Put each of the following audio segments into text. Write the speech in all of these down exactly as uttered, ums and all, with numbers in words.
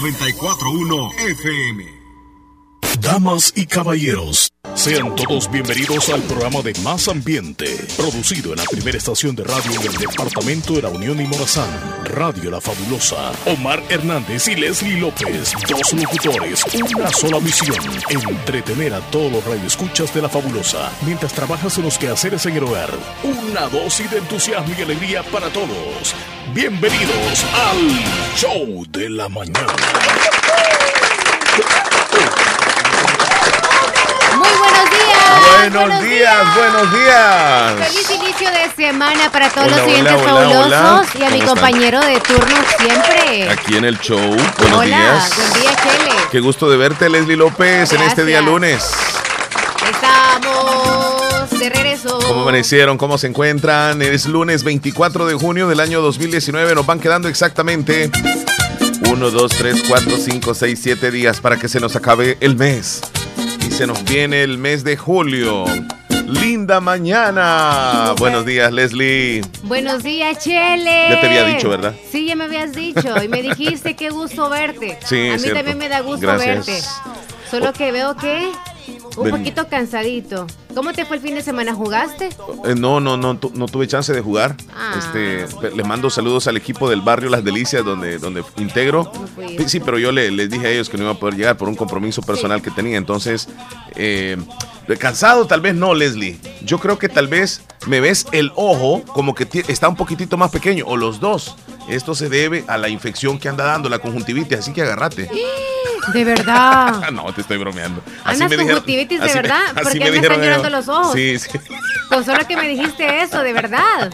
noventa y cuatro punto uno F M. Damas y caballeros, sean todos bienvenidos al programa de Más Ambiente, producido en la primera estación de radio en el departamento de La Unión y Morazán, Radio La Fabulosa. Omar Hernández y Leslie López, dos locutores, una sola misión: entretener a todos los radioescuchas de La Fabulosa mientras trabajas en los quehaceres en el hogar. Una dosis de entusiasmo y alegría para todos. Bienvenidos al Show de la Mañana. Muy buenos días. Buenos, buenos días, días, buenos días. Feliz inicio de semana para todos hola, los oyentes hola, fabulosos hola, hola. Y a mi compañero están? de turno siempre. Aquí en el show. Buenos hola, días. Buen día, Chele. Qué gusto de verte, Leslie López, Gracias. en este día lunes. Estamos de regreso. ¿Cómo amanecieron? ¿Cómo se encuentran? Es lunes veinticuatro de junio del año dos mil diecinueve. Nos van quedando exactamente uno, dos, tres, cuatro, cinco, seis, siete días para que se nos acabe el mes. Y se nos viene el mes de julio. Linda mañana. Buenos días, Leslie. Buenos días, Chele. Ya te había dicho, ¿verdad? Sí, ya me habías dicho. Y me dijiste qué gusto verte. Sí, a mí cierto. también me da gusto Gracias. verte. Solo que veo que un Ven. poquito cansadito. ¿Cómo te fue el fin de semana? ¿Jugaste? Eh, no, no, no, tu, no tuve chance de jugar. Ah. Este, les mando saludos al equipo del barrio Las Delicias donde, donde integro. No Sí, sí, pero yo le, les dije a ellos que no iba a poder llegar por un compromiso personal sí. que tenía. Entonces, eh, cansado tal vez no, Leslie. Yo creo que tal vez me ves el ojo como que está un poquitito más pequeño, o los dos. Esto se debe a la infección que anda dando, la conjuntivitis, así que agárrate. De verdad. No, te estoy bromeando. Así ¿Andas me dijeron, conjuntivitis de así verdad? Me, ¿Por qué me, me están llorando los ojos? Sí, sí. Con solo que me dijiste eso, de verdad.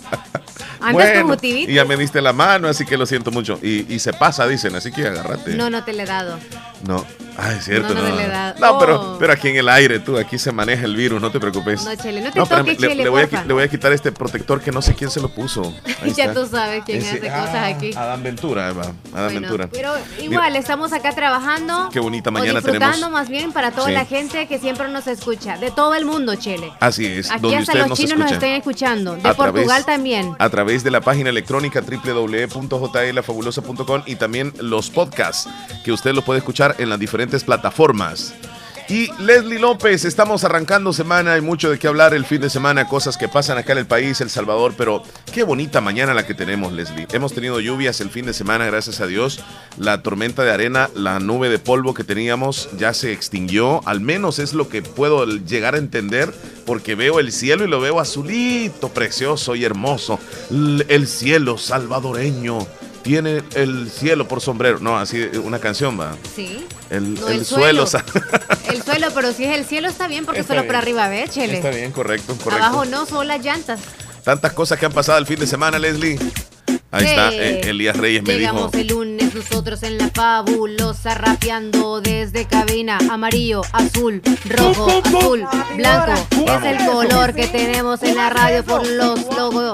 ¿Andas bueno, conjuntivitis? Y ya me diste la mano, así que lo siento mucho. Y, y se pasa, dicen, así que agárrate. No, no te le he dado. No, ay, es cierto, no. No, no, no, te le he dado. no oh. pero, pero aquí en el aire, tú, aquí se maneja el virus, no te preocupes. No, Chele, no te no, toques, le, Chele, le, voy porfa. a, le voy a quitar este protector que no sé quién se lo puso. Ahí ya está. tú sabes quién Ese, hace ah, cosas aquí. Adán Ventura, Eva, Adán bueno, Ventura. Pero igual, Mira, estamos acá trabajando. Qué bonita mañana o disfrutando tenemos. más bien para toda sí. la gente que siempre nos escucha. De todo el mundo, Chele. Así es. Aquí donde hasta usted los nos chinos escucha. nos están escuchando. De a Portugal través, también. A través de la página electrónica doble u doble u doble u punto j l fabulosa punto com y también los podcasts que usted los puede escuchar en las diferentes plataformas. Y Leslie López, estamos arrancando semana, hay mucho de qué hablar el fin de semana, cosas que pasan acá en el país, El Salvador, pero qué bonita mañana la que tenemos, Leslie. Hemos tenido lluvias el fin de semana, gracias a Dios. La tormenta de arena, la nube de polvo que teníamos ya se extinguió, al menos es lo que puedo llegar a entender, porque veo el cielo y lo veo azulito, precioso y hermoso. El cielo salvadoreño tiene el cielo por sombrero. No, así una canción va. Sí. El, no, el, el suelo. suelo. El suelo, pero si es el cielo está bien porque Está solo bien. por arriba, ve, Chele. Está bien, correcto, correcto. Abajo no, solo las llantas. Tantas cosas que han pasado el fin de semana, Leslie. Ahí sí. está, eh, Elías Reyes me Llegamos dijo. el lunes nosotros en la fabulosa, rapeando desde cabina. Amarillo, azul, rojo, azul, blanco. Es el color que tenemos en la radio por los logos.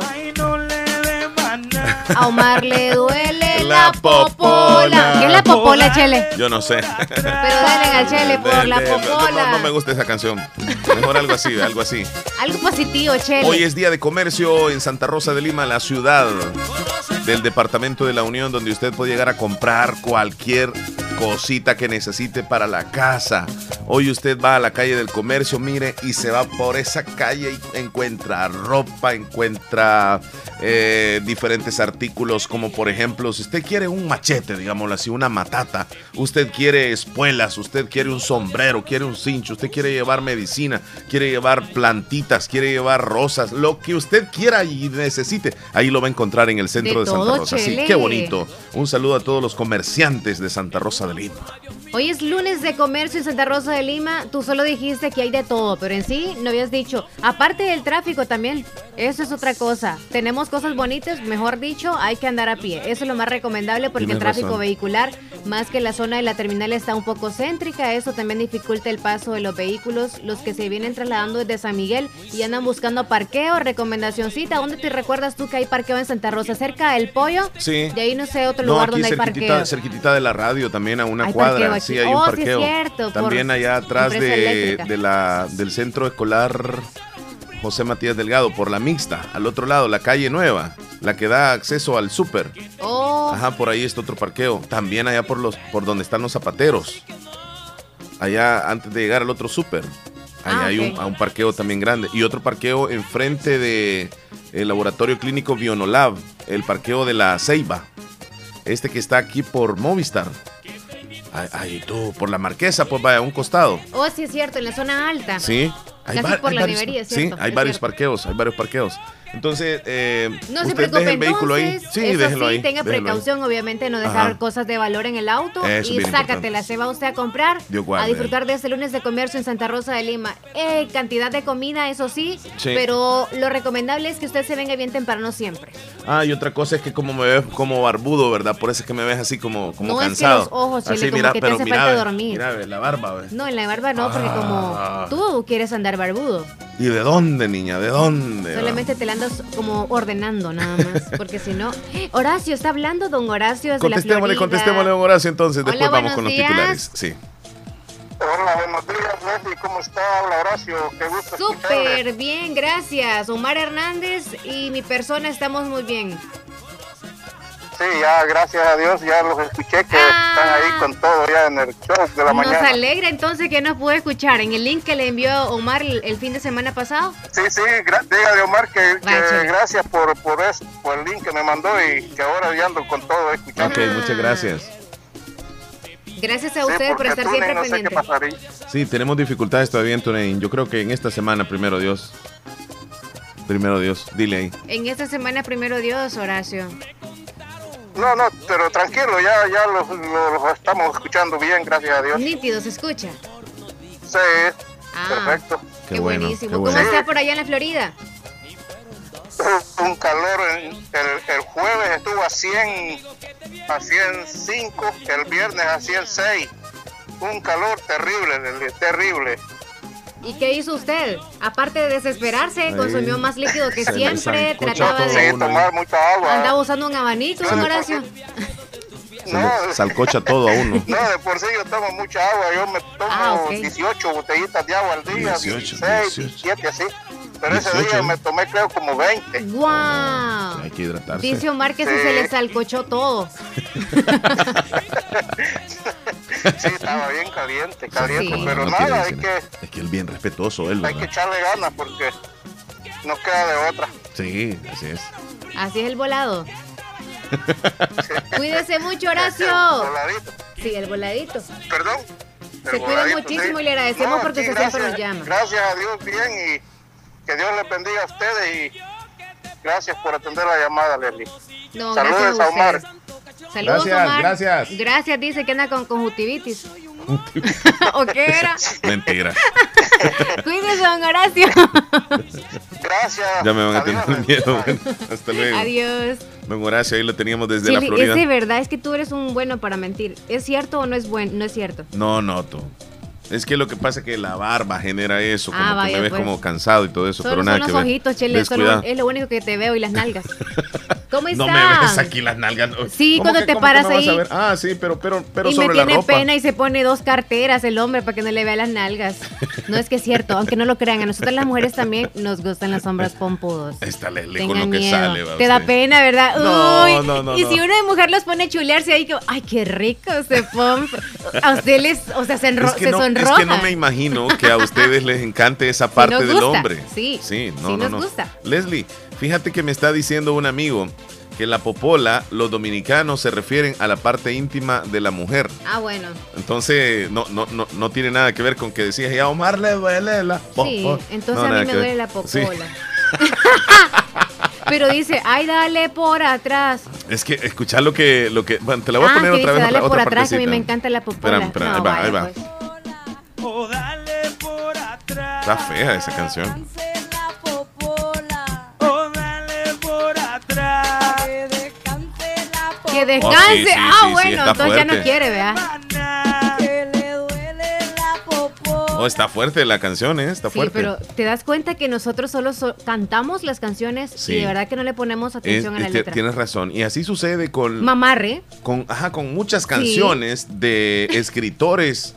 A Omar le duele la, la popola. ¿Qué es la popola, Chele? Yo no sé. Pero denle al Chele por de, la de, popola. No, no me gusta esa canción. Mejor algo así, algo así. Algo positivo, Chele. Hoy es día de comercio en Santa Rosa de Lima, la ciudad del departamento de la Unión, donde usted puede llegar a comprar cualquier cosita que necesite para la casa. Hoy usted va a la calle del comercio, mire, y se va por esa calle y encuentra ropa, encuentra eh, diferentes artículos, como por ejemplo, si usted quiere un machete, digámoslo así, una matata, usted quiere espuelas, usted quiere un sombrero, quiere un cincho, usted quiere llevar medicina, quiere llevar plantitas, quiere llevar rosas, lo que usted quiera y necesite, ahí lo va a encontrar en el centro de, de Santa Rosa. Sí, qué bonito. Un saludo a todos los comerciantes de Santa Rosa de Lima. Hoy es lunes de comercio en Santa Rosa de Lima. Tú solo dijiste que hay de todo, pero en sí no habías dicho, aparte del tráfico también, eso es otra cosa. Tenemos cosas bonitas, mejor dicho, hay que andar a pie. Eso es lo más recomendable porque Tienes el tráfico razón. vehicular, más que la zona de la terminal está un poco céntrica, eso también dificulta el paso de los vehículos, los que se vienen trasladando desde San Miguel y andan buscando parqueo. Recomendacioncita, ¿dónde te recuerdas tú que hay parqueo en Santa Rosa? ¿Cerca del Pollo? Sí. De ahí no sé, otro no, lugar aquí donde hay parqueo. Cerquitita de la radio también, a una hay cuadra. Sí, hay oh, un parqueo. Sí es cierto, también allá atrás de, de la, del centro escolar José Matías Delgado, por la mixta, al otro lado, la calle nueva. la que da acceso al súper. Oh. Ajá, por ahí está otro parqueo. También allá por los, por donde están los zapateros. Allá antes de llegar al otro súper. Allá Ah, hay ok. un, un parqueo también grande. Y otro parqueo enfrente de el laboratorio clínico Bionolab, el parqueo de la Ceiba. Este que está aquí por Movistar. Ahí, ahí tú, por la Marquesa, pues vaya a un costado. Oh, sí es cierto, en la zona alta. Sí. Casi va- por la varios, nevería, sí, ¿cierto? hay Es varios cierto. parqueos, hay varios parqueos. Entonces, eh, No se usted preocupe, deje el vehículo entonces, ahí. Sí, eso déjelo sí, ahí. tenga déjelo ahí. precaución, obviamente, no dejar Ajá. cosas de valor en el auto Eso es y bien sácatela, se va usted a comprar, Dios a guarde. disfrutar de este lunes de comercio en Santa Rosa de Lima. Eh, cantidad de comida, eso sí, Sí. pero lo recomendable es que usted se venga bien temprano siempre. Ah, y otra cosa es que como me ves como barbudo, ¿verdad? Por eso es que me ves así como, como No, es que cansado. los ojos, Chele, así, como mira, que te pero hace mira, falta ve, dormir. Mira, ve, la barba, ve. No, en la barba no, porque Ah. como tú quieres andar barbudo, ¿Y de dónde, niña? ¿De dónde? solamente te la andas como ordenando nada más, porque si no... Horacio, ¿está hablando don Horacio desde la Contestémosle, Florida? contestémosle, don Horacio, entonces. Hola, Después vamos buenos con los días. titulares. Sí. Hola, buenos días, Leslie. ¿Cómo está? Habla Horacio. Qué gusto escucharle. Súper bien, gracias. Omar Hernández y mi persona estamos muy bien. Sí, ya, gracias a Dios, ya los escuché que Ah. están ahí con todo ya en el show de la Nos mañana. alegra entonces que nos pudo escuchar en el link que le envió Omar el, el fin de semana pasado. Sí, sí, gra- dígale Omar que, que Vaya, chévere. gracias por, por, eso, por el link que me mandó y que ahora ya ando con todo escuchando. Ok, muchas gracias. Gracias a Sí, ustedes por porque estar Tune siempre no sé qué pendientes. pasaría. Sí, tenemos dificultades todavía en TuneIn. Yo creo que en esta semana, primero Dios. Primero Dios, dile ahí. En esta semana, primero Dios, Horacio. No, no, pero tranquilo, ya, ya los, los- los estamos escuchando bien, gracias a Dios. Nítido, se escucha. Sí, Ah, perfecto. Qué, Qué bueno, buenísimo. qué ¿Cómo bueno. está por allá en la Florida? Un calor, en- el, el jueves estuvo a cien, a ciento cinco, el viernes a ciento seis. Un calor terrible, Leslie, terrible. ¿Y qué hizo usted? Aparte de desesperarse, Ahí. consumió más líquido que Se le siempre, zancocha trataba todo. Sí, de... uno ahí. tomar mucha agua. Andaba usando un abanico, don Horacio. Se No, le salcocha todo a uno. no, de por sí yo tomo mucha agua, yo me tomo Ah, ok. dieciocho botellitas de agua al día, dieciocho, dieciséis, dieciocho. diecisiete, así. Pero ese dieciocho. día me tomé creo como veinte. ¡Guau! Hay que hidratarse. Dice Omar que sí Sí. se le salcochó todo. Sí, estaba bien caliente, caliente, Sí. pero No nada, quiere hay decir- que, Es que él bien respetuoso, él, hay que ¿verdad? echarle ganas porque no queda de otra. Sí, así es. Así es el volado. Cuídese mucho, Horacio. Voladito. Sí, el voladito. Perdón. Se El cuida voladito, muchísimo y le agradecemos porque aquí usted siempre gracias- nos llama. Gracias a Dios, bien, y que Dios les bendiga a ustedes y gracias por atender la llamada, Leslie. No, Saludos gracias a a Omar. ustedes. Saludos, Gracias, Omar. gracias. Gracias, dice que anda con conjuntivitis. ¿O qué era? Mentira. Cuídese, don Horacio. Gracias. Ya me van a Adiós, tener Leslie. miedo. Bye. Bueno, hasta luego. Adiós. Don Horacio, ahí lo teníamos desde la Chile, Florida. es de verdad, es que tú eres un bueno para mentir. ¿Es cierto o no es bueno? No es cierto. No, no, tú. Es que lo que pasa es que la barba genera eso, como Ah, que vaya, me ves pues. como cansado y todo eso, Solo pero son nada los que ver. ojitos, Chele, solo Descuidado. es lo único que te veo y las nalgas. ¿Cómo está? No me ves aquí las nalgas. Sí, ¿Cómo cuando que- te cómo que paras no vas a ahí. ver? Ah, sí, pero, pero, pero Y sobre me la tiene ropa. pena y se pone dos carteras el hombre para que no le vea las nalgas. No es que es cierto, aunque no lo crean, a nosotras las mujeres también nos gustan los hombres pompudos. Esta Leslie con Tengan lo que miedo. sale, va Te da usted. pena, ¿verdad? No, Uy, no, no, Y no. si una de mujer los pone a chulearse ahí, que, ay, qué rico se pone. A usted les, o sea, se, enro Es que, se no, es sonroja. que no me imagino que a ustedes les encante esa parte nos del gusta, hombre. sí, sí, no, sí no, nos no. gusta. Leslie, fíjate que me está diciendo un amigo que la popola, los dominicanos se refieren a la parte íntima de la mujer. Ah, bueno. Entonces, no, no, no, no tiene nada que ver con que decías, ya a Omar le duele la Sí, popola. entonces No, a nada mí me que ver. duele la Sí. popola. Pero dice, ay, dale por atrás. Es que escuchar lo que, lo que, bueno, te la voy a Ah, poner que otra dice, vez, dale otra, por otra atrás, que a mí partecita. me encanta la popola. Espérame, espérame, No, ahí va, ahí vaya, va. pues. O dale por atrás. Está fea esa canción. O dale por atrás. Que descanse. Oh, sí, sí, ah, sí, sí, bueno, está entonces ya no fuerte. quiere, vea. Oh, está fuerte la canción, ¿eh? Está Sí, fuerte. pero te das cuenta que nosotros solo so- cantamos las canciones Sí. y de verdad que no le ponemos Es- atención a la es que letra. tienes razón. Y así sucede con, Mamarre. con, ajá, con muchas canciones de escritores.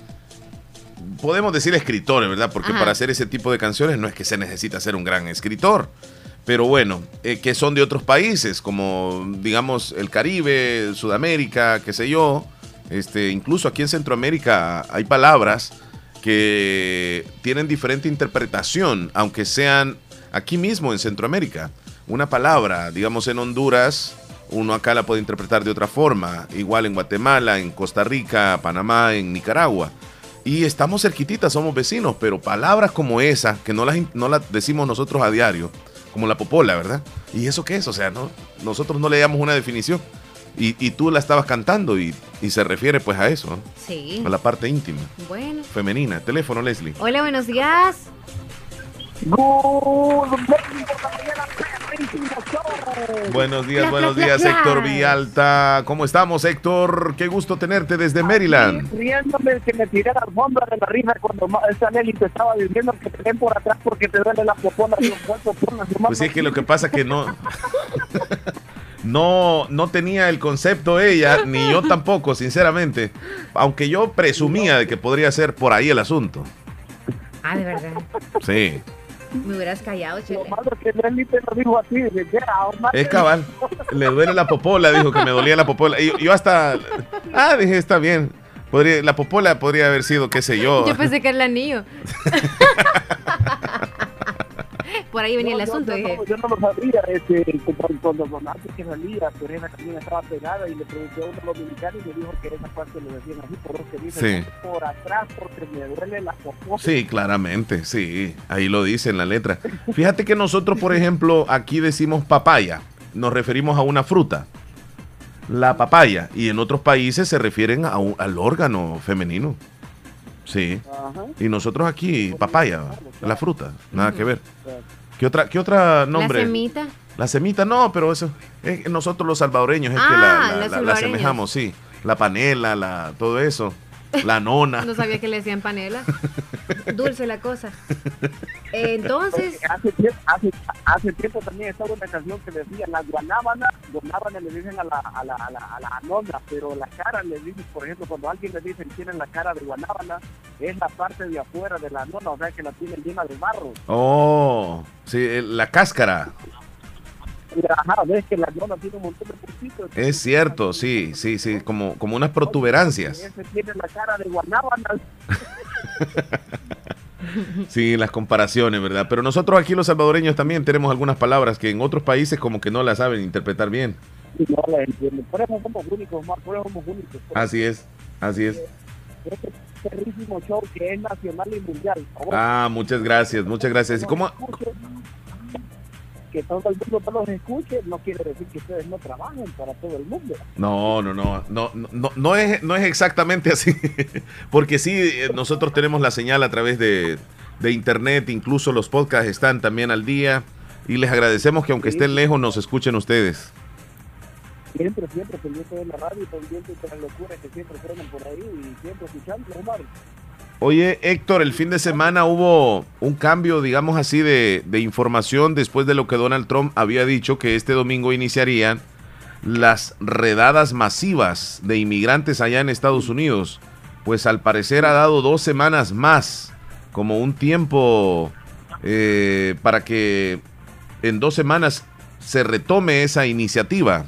Podemos decir escritores, ¿verdad? Porque Ajá. para hacer ese tipo de canciones no es que se necesita ser un gran escritor. pero bueno, eh, que son de otros países, como digamos el Caribe, Sudamérica, qué sé yo. Este, incluso aquí en Centroamérica hay palabras que tienen diferente interpretación, aunque sean aquí mismo en Centroamérica. Una palabra, digamos en Honduras, uno acá la puede interpretar de otra forma, igual en Guatemala, en Costa Rica, Panamá, en Nicaragua. Y estamos cerquititas, somos vecinos, pero palabras como esa, que no las, no las decimos nosotros a diario, como la popola, ¿verdad? ¿Y eso qué es? O sea, no, nosotros no le damos una definición. Y, y tú la estabas cantando y, y se refiere pues a eso, ¿no? Sí. A la parte íntima. Bueno. Femenina. Teléfono, Leslie. Hola, buenos días. Buenos días, Pla, buenos pla, días, pla, pla. Héctor Villalta. ¿Cómo estamos, Héctor? Qué gusto tenerte desde Maryland. Riéndome que me tiré la alfombra de la risa cuando ma- esa Nelly te estaba diciendo que te ven por atrás porque te duele la popona. Digo, ¿cuál popona? Pues sí, es que lo que pasa es que no... No, no tenía el concepto ella, ni yo tampoco, sinceramente. Aunque yo presumía de que podría ser por ahí el asunto. Ah, de verdad. Sí. Me hubieras callado, Chele. Lo malo es que Nelly te lo dijo así. De, ya, Omar, Es cabal. Le duele la popola, dijo que me dolía la popola. Y yo, yo hasta... Ah, dije, está bien. Podría, la popola podría haber sido, qué sé yo. Yo pensé que era el anillo. Por ahí venía el no, yo- asunto, yo, dije. no, yo no lo sabía. Este, cuando, cuando Don Ángel que salía, pero esa canción estaba pegada y le pregunté a uno de los dominicanos y me dijo que esa parte lo decían así, por lo que dice Sí. por atrás porque me duele la popona. Sí, claramente, sí. Ahí lo dice en la letra. Fíjate que nosotros, por ejemplo, aquí decimos papaya. Nos referimos a una fruta. La papaya. Y en otros países se refieren a un- al órgano femenino. Sí. Ajá. Y nosotros aquí, papaya, la fruta. Nada que ver. ¿Qué otra, qué otra nombre? La semita. La semita, no, pero eso es que nosotros los salvadoreños es Ah, que la, la- los la- la salvadoreños. asemejamos, sí. La panela, la, todo eso. La nona. No sabía que le decían panela. Dulce la cosa. Entonces, Hace tiempo, hace, hace tiempo también estaba una canción que decía las guanábanas, guanábanas le dicen a la, a la, a la, a la nona, pero la cara le dicen, por ejemplo, cuando a alguien le dicen tienen la cara de guanábana, es la parte de afuera de la nona, o sea que la tienen llena de barro. Oh, sí, el- la cáscara. Y, ajá, ves que la nona tiene un montón de puntitos. Es cierto, sí, sí, sí, como, como unas protuberancias. Ese tiene la cara de guanábana. Sí, las comparaciones, ¿verdad? Pero nosotros aquí los salvadoreños también tenemos algunas palabras que en otros países como que no las saben interpretar bien. Y no la entienden. Por eso somos únicos, Omar, por eso somos únicos. Así es, así es. Este perrísimo show que es nacional y mundial. Ah, muchas gracias, muchas gracias. ¿Y cómo? Que todo el mundo no los escuche no quiere decir que ustedes no trabajen para todo el mundo. No, no, no, no, no, no es, no es exactamente así, porque sí, eh, nosotros tenemos la señal a través de, de internet, incluso los podcasts están también al día y les agradecemos que aunque estén lejos nos escuchen ustedes. Siempre, siempre pendiente de la radio, pendiente de las locuras que siempre suenan por ahí y siempre escuchando, Omar. Oye, Héctor, el fin de semana hubo un cambio, digamos así, de, de información después de lo que Donald Trump había dicho que este domingo iniciarían las redadas masivas de inmigrantes allá en Estados Unidos. Pues al parecer ha dado dos semanas más, como un tiempo eh, para que en dos semanas se retome esa iniciativa.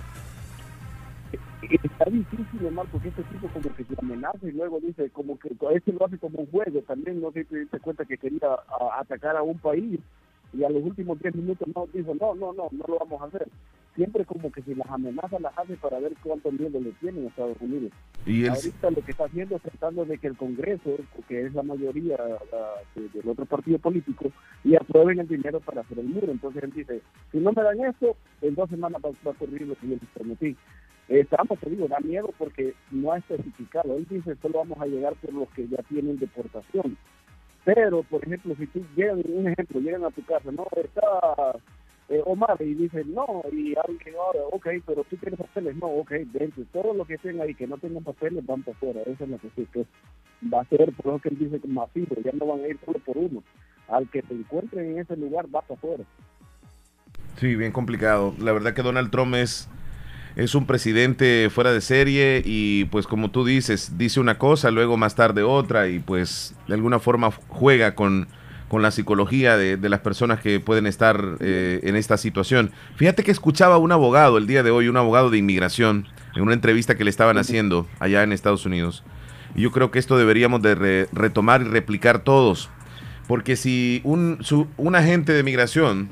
Está difícil, Omar, porque este tipo como que se amenaza y luego dice, como que este lo hace como un juego. También no sé si te diste cuenta que quería a, atacar a un país y a los últimos diez minutos no dijo, no, no, no, no lo vamos a hacer. Siempre como que si las amenazas las hace para ver cuánto miedo le tienen a Estados Unidos. Y él, Ahorita lo que está haciendo es tratando de que el Congreso, que es la mayoría uh, de, del otro partido político, y aprueben el dinero para hacer el muro. Entonces él dice, si no me dan esto, en dos semanas va, va a ocurrir lo que yo les prometí. Eh, Trump, te digo, da miedo porque no ha especificado. Él dice, solo vamos a llegar por los que ya tienen deportación. Pero, por ejemplo, si tú llegan, un ejemplo, llegan a tu casa, no, está eh, Omar, y dicen, no, y alguien, ahora, ok, pero tú tienes papeles, no, ok, dentro, todos los que estén ahí que no tengan papeles van para afuera. Eso es lo que sí que va a ser, por lo que él dice, masivo, ya no van a ir solo por uno. Al que se encuentren en ese lugar, va para afuera. sí, bien complicado. La verdad que Donald Trump es... Es un presidente fuera de serie y pues como tú dices, dice una cosa, luego más tarde otra y pues de alguna forma juega con, con la psicología de, de las personas que pueden estar eh, en esta situación. Fíjate que escuchaba a un abogado el día de hoy, un abogado de inmigración, en una entrevista que le estaban haciendo allá en Estados Unidos. Y yo creo que esto deberíamos de re, retomar y replicar todos. Porque si un, su, un agente de migración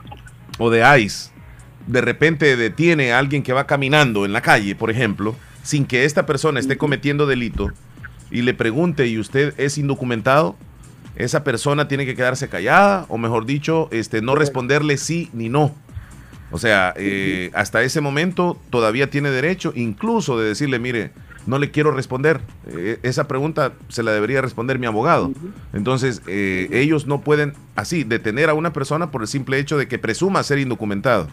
o de ICE de repente detiene a alguien que va caminando en la calle, por ejemplo, sin que esta persona esté cometiendo delito, y le pregunte, ¿y usted es indocumentado? Esa persona tiene que quedarse callada, o mejor dicho, este, no responderle sí ni no. O sea, eh, hasta ese momento todavía tiene derecho, incluso de decirle, mire, no le quiero responder. Eh, esa pregunta se la debería responder mi abogado. Entonces, eh, ellos no pueden así detener a una persona por el simple hecho de que presuma ser indocumentado.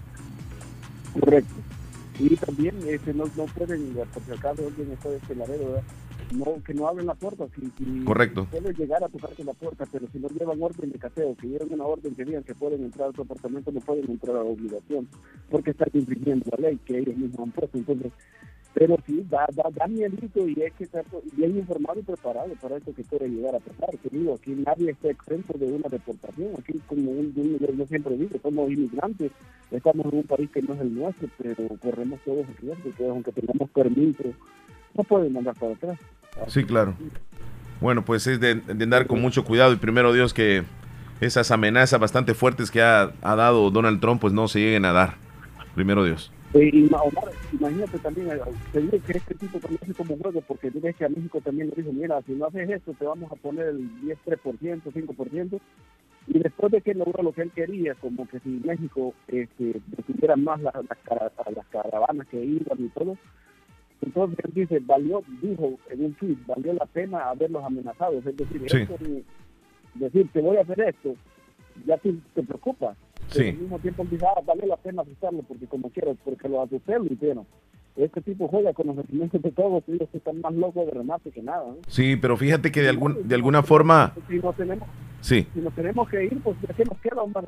Correcto. Y también este, no, no pueden, por si acaso alguien está de este ladero, ¿verdad? No, que no abren la puerta. Si, si Correcto. Pueden llegar a tocarte la puerta, pero si no llevan orden de cateo, que llevan una orden que digan que pueden entrar a tu apartamento, no pueden entrar a obligación, porque están infringiendo la ley que ellos mismos han puesto. Entonces, pero sí, da, da, da miedito y hay que estar bien informado y preparado para esto que puede llegar a pasar. Te digo, aquí nadie está exento de una deportación. Aquí, como un, un, yo siempre digo, somos inmigrantes, estamos en un país que no es el nuestro, pero corremos todos los riesgos, que aunque tengamos permiso, no pueden mandar para atrás. Sí, claro. Bueno, pues es de, de andar con mucho cuidado y primero Dios que esas amenazas bastante fuertes que ha, ha dado Donald Trump pues no se lleguen a dar. Primero Dios. Y Omar, imagínate también, te digo que este tipo también hace como juego, porque dices que a México también le dijo, mira, si no haces esto te vamos a poner el diez, tres por ciento, cinco por ciento, y después de que logró lo que él quería, como que si México este, detuvieran más las, las, cara, las caravanas que iban y todo, entonces él dice, valió, dijo en un tweet, valió la pena haberlos amenazado, es decir, sí. esto, decir, te voy a hacer esto, ya te, te preocupa. Sí. Pero al mismo tiempo dice, ah, vale la pena asustarlo porque como quiero, porque lo asusté lo hicieron. Este tipo juega con los sentimientos de todos, ellos están más locos de remate que nada, ¿no? Sí, pero fíjate que de algún de alguna forma si nos tenemos, sí. si nos tenemos que ir, pues ¿de qué nos queda, hombre?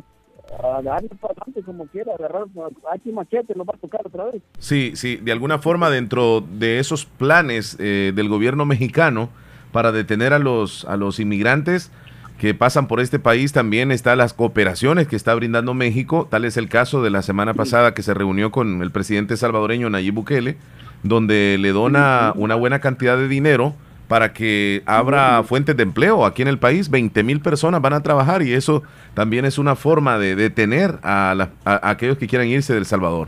A darle para adelante como quiera, agarrar aquí machete, nos va a tocar otra vez. Sí, sí, de alguna forma dentro de esos planes eh, del gobierno mexicano para detener a los a los inmigrantes que pasan por este país, también están las cooperaciones que está brindando México. Tal es el caso de la semana pasada que se reunió con el presidente salvadoreño Nayib Bukele, donde le dona una buena cantidad de dinero para que abra fuentes de empleo aquí en el país. veinte mil personas van a trabajar y eso también es una forma de detener a, la, a, a aquellos que quieran irse del Salvador.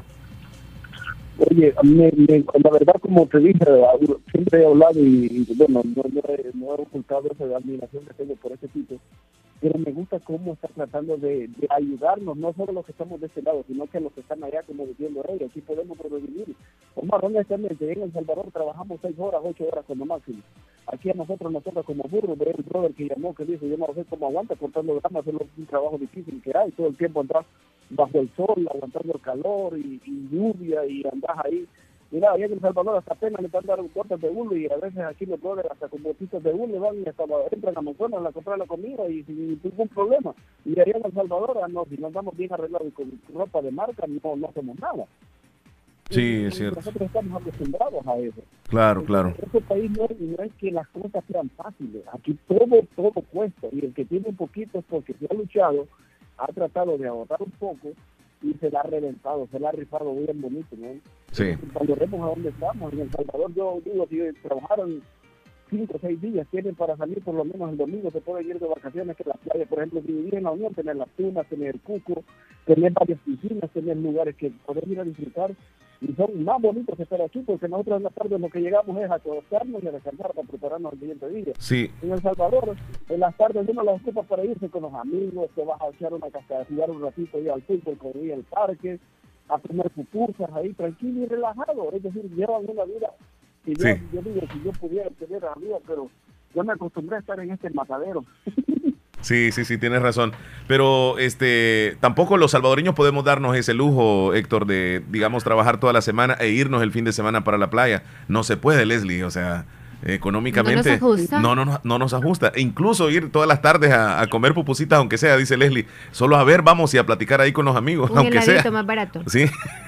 Oye, me, me, la verdad, como te dije, siempre he hablado y, y bueno, no, no, he, no he ocultado esa admiración que tengo por ese tipo, pero me gusta cómo está tratando de, de ayudarnos, no solo los que estamos de este lado, sino que los que están allá, como diciendo, hey, aquí podemos sobrevivir. Omar, honestamente, en El Salvador trabajamos seis horas, ocho horas como máximo. Aquí a nosotros nos toca como burro, ver el brother que llamó, que dice, yo no sé cómo aguanta cortando gramas, es un trabajo difícil que hay, todo el tiempo andás bajo el sol, aguantando el calor y, y lluvia y andás ahí. Mira, allá en El Salvador hasta apenas le están dando cortes de hule y a veces aquí los brothers hasta con botitos de hule van y hasta entran a Amazonas a comprar la comida y sin ningún problema. Y allá en El Salvador, no, si nos andamos bien arreglados y con ropa de marca, no, no hacemos nada. Sí, y, es cierto. Nosotros estamos acostumbrados a eso. Claro, Entonces, claro. en este país no, no es que las cosas sean fáciles. Aquí todo, todo cuesta. Y el que tiene un poquito es porque se ha luchado, ha tratado de ahorrar un poco y se la ha reventado, se la ha rifado bien bonito, ¿no? Sí. Cuando vemos a dónde estamos, en El Salvador, yo digo, si trabajaron cinco o seis días, tienen para salir por lo menos el domingo, se pueden ir de vacaciones, que la playa, por ejemplo, si vivir en la Unión, tener las tunas, tener el cuco, tener varias piscinas, tener lugares que poder ir a disfrutar, y son más bonitos que estar aquí, porque nosotros en la tarde lo que llegamos es a acostarnos y a descansar para prepararnos el siguiente día. Sí. En El Salvador, en las tardes uno las ocupa para irse con los amigos, te vas a echar una cascada, jugar un ratito ahí al fútbol, con ir al parque, a comer pupusas ahí tranquilo y relajado, es decir, llevan una vida que yo, sí. yo digo, si yo pudiera tener la vida, pero yo me acostumbré a estar en este matadero. Sí, sí, sí, tienes razón. Pero este, tampoco los salvadoreños podemos darnos ese lujo, Héctor, de, digamos, trabajar toda la semana e irnos el fin de semana para la playa. No se puede, Leslie, o sea, económicamente no nos ajusta. No, no, no, no nos ajusta. E incluso ir todas las tardes a, a comer pupusitas, aunque sea, dice Leslie, solo a ver, vamos y a platicar ahí con los amigos, Un aunque heladito sea. más barato. Sí.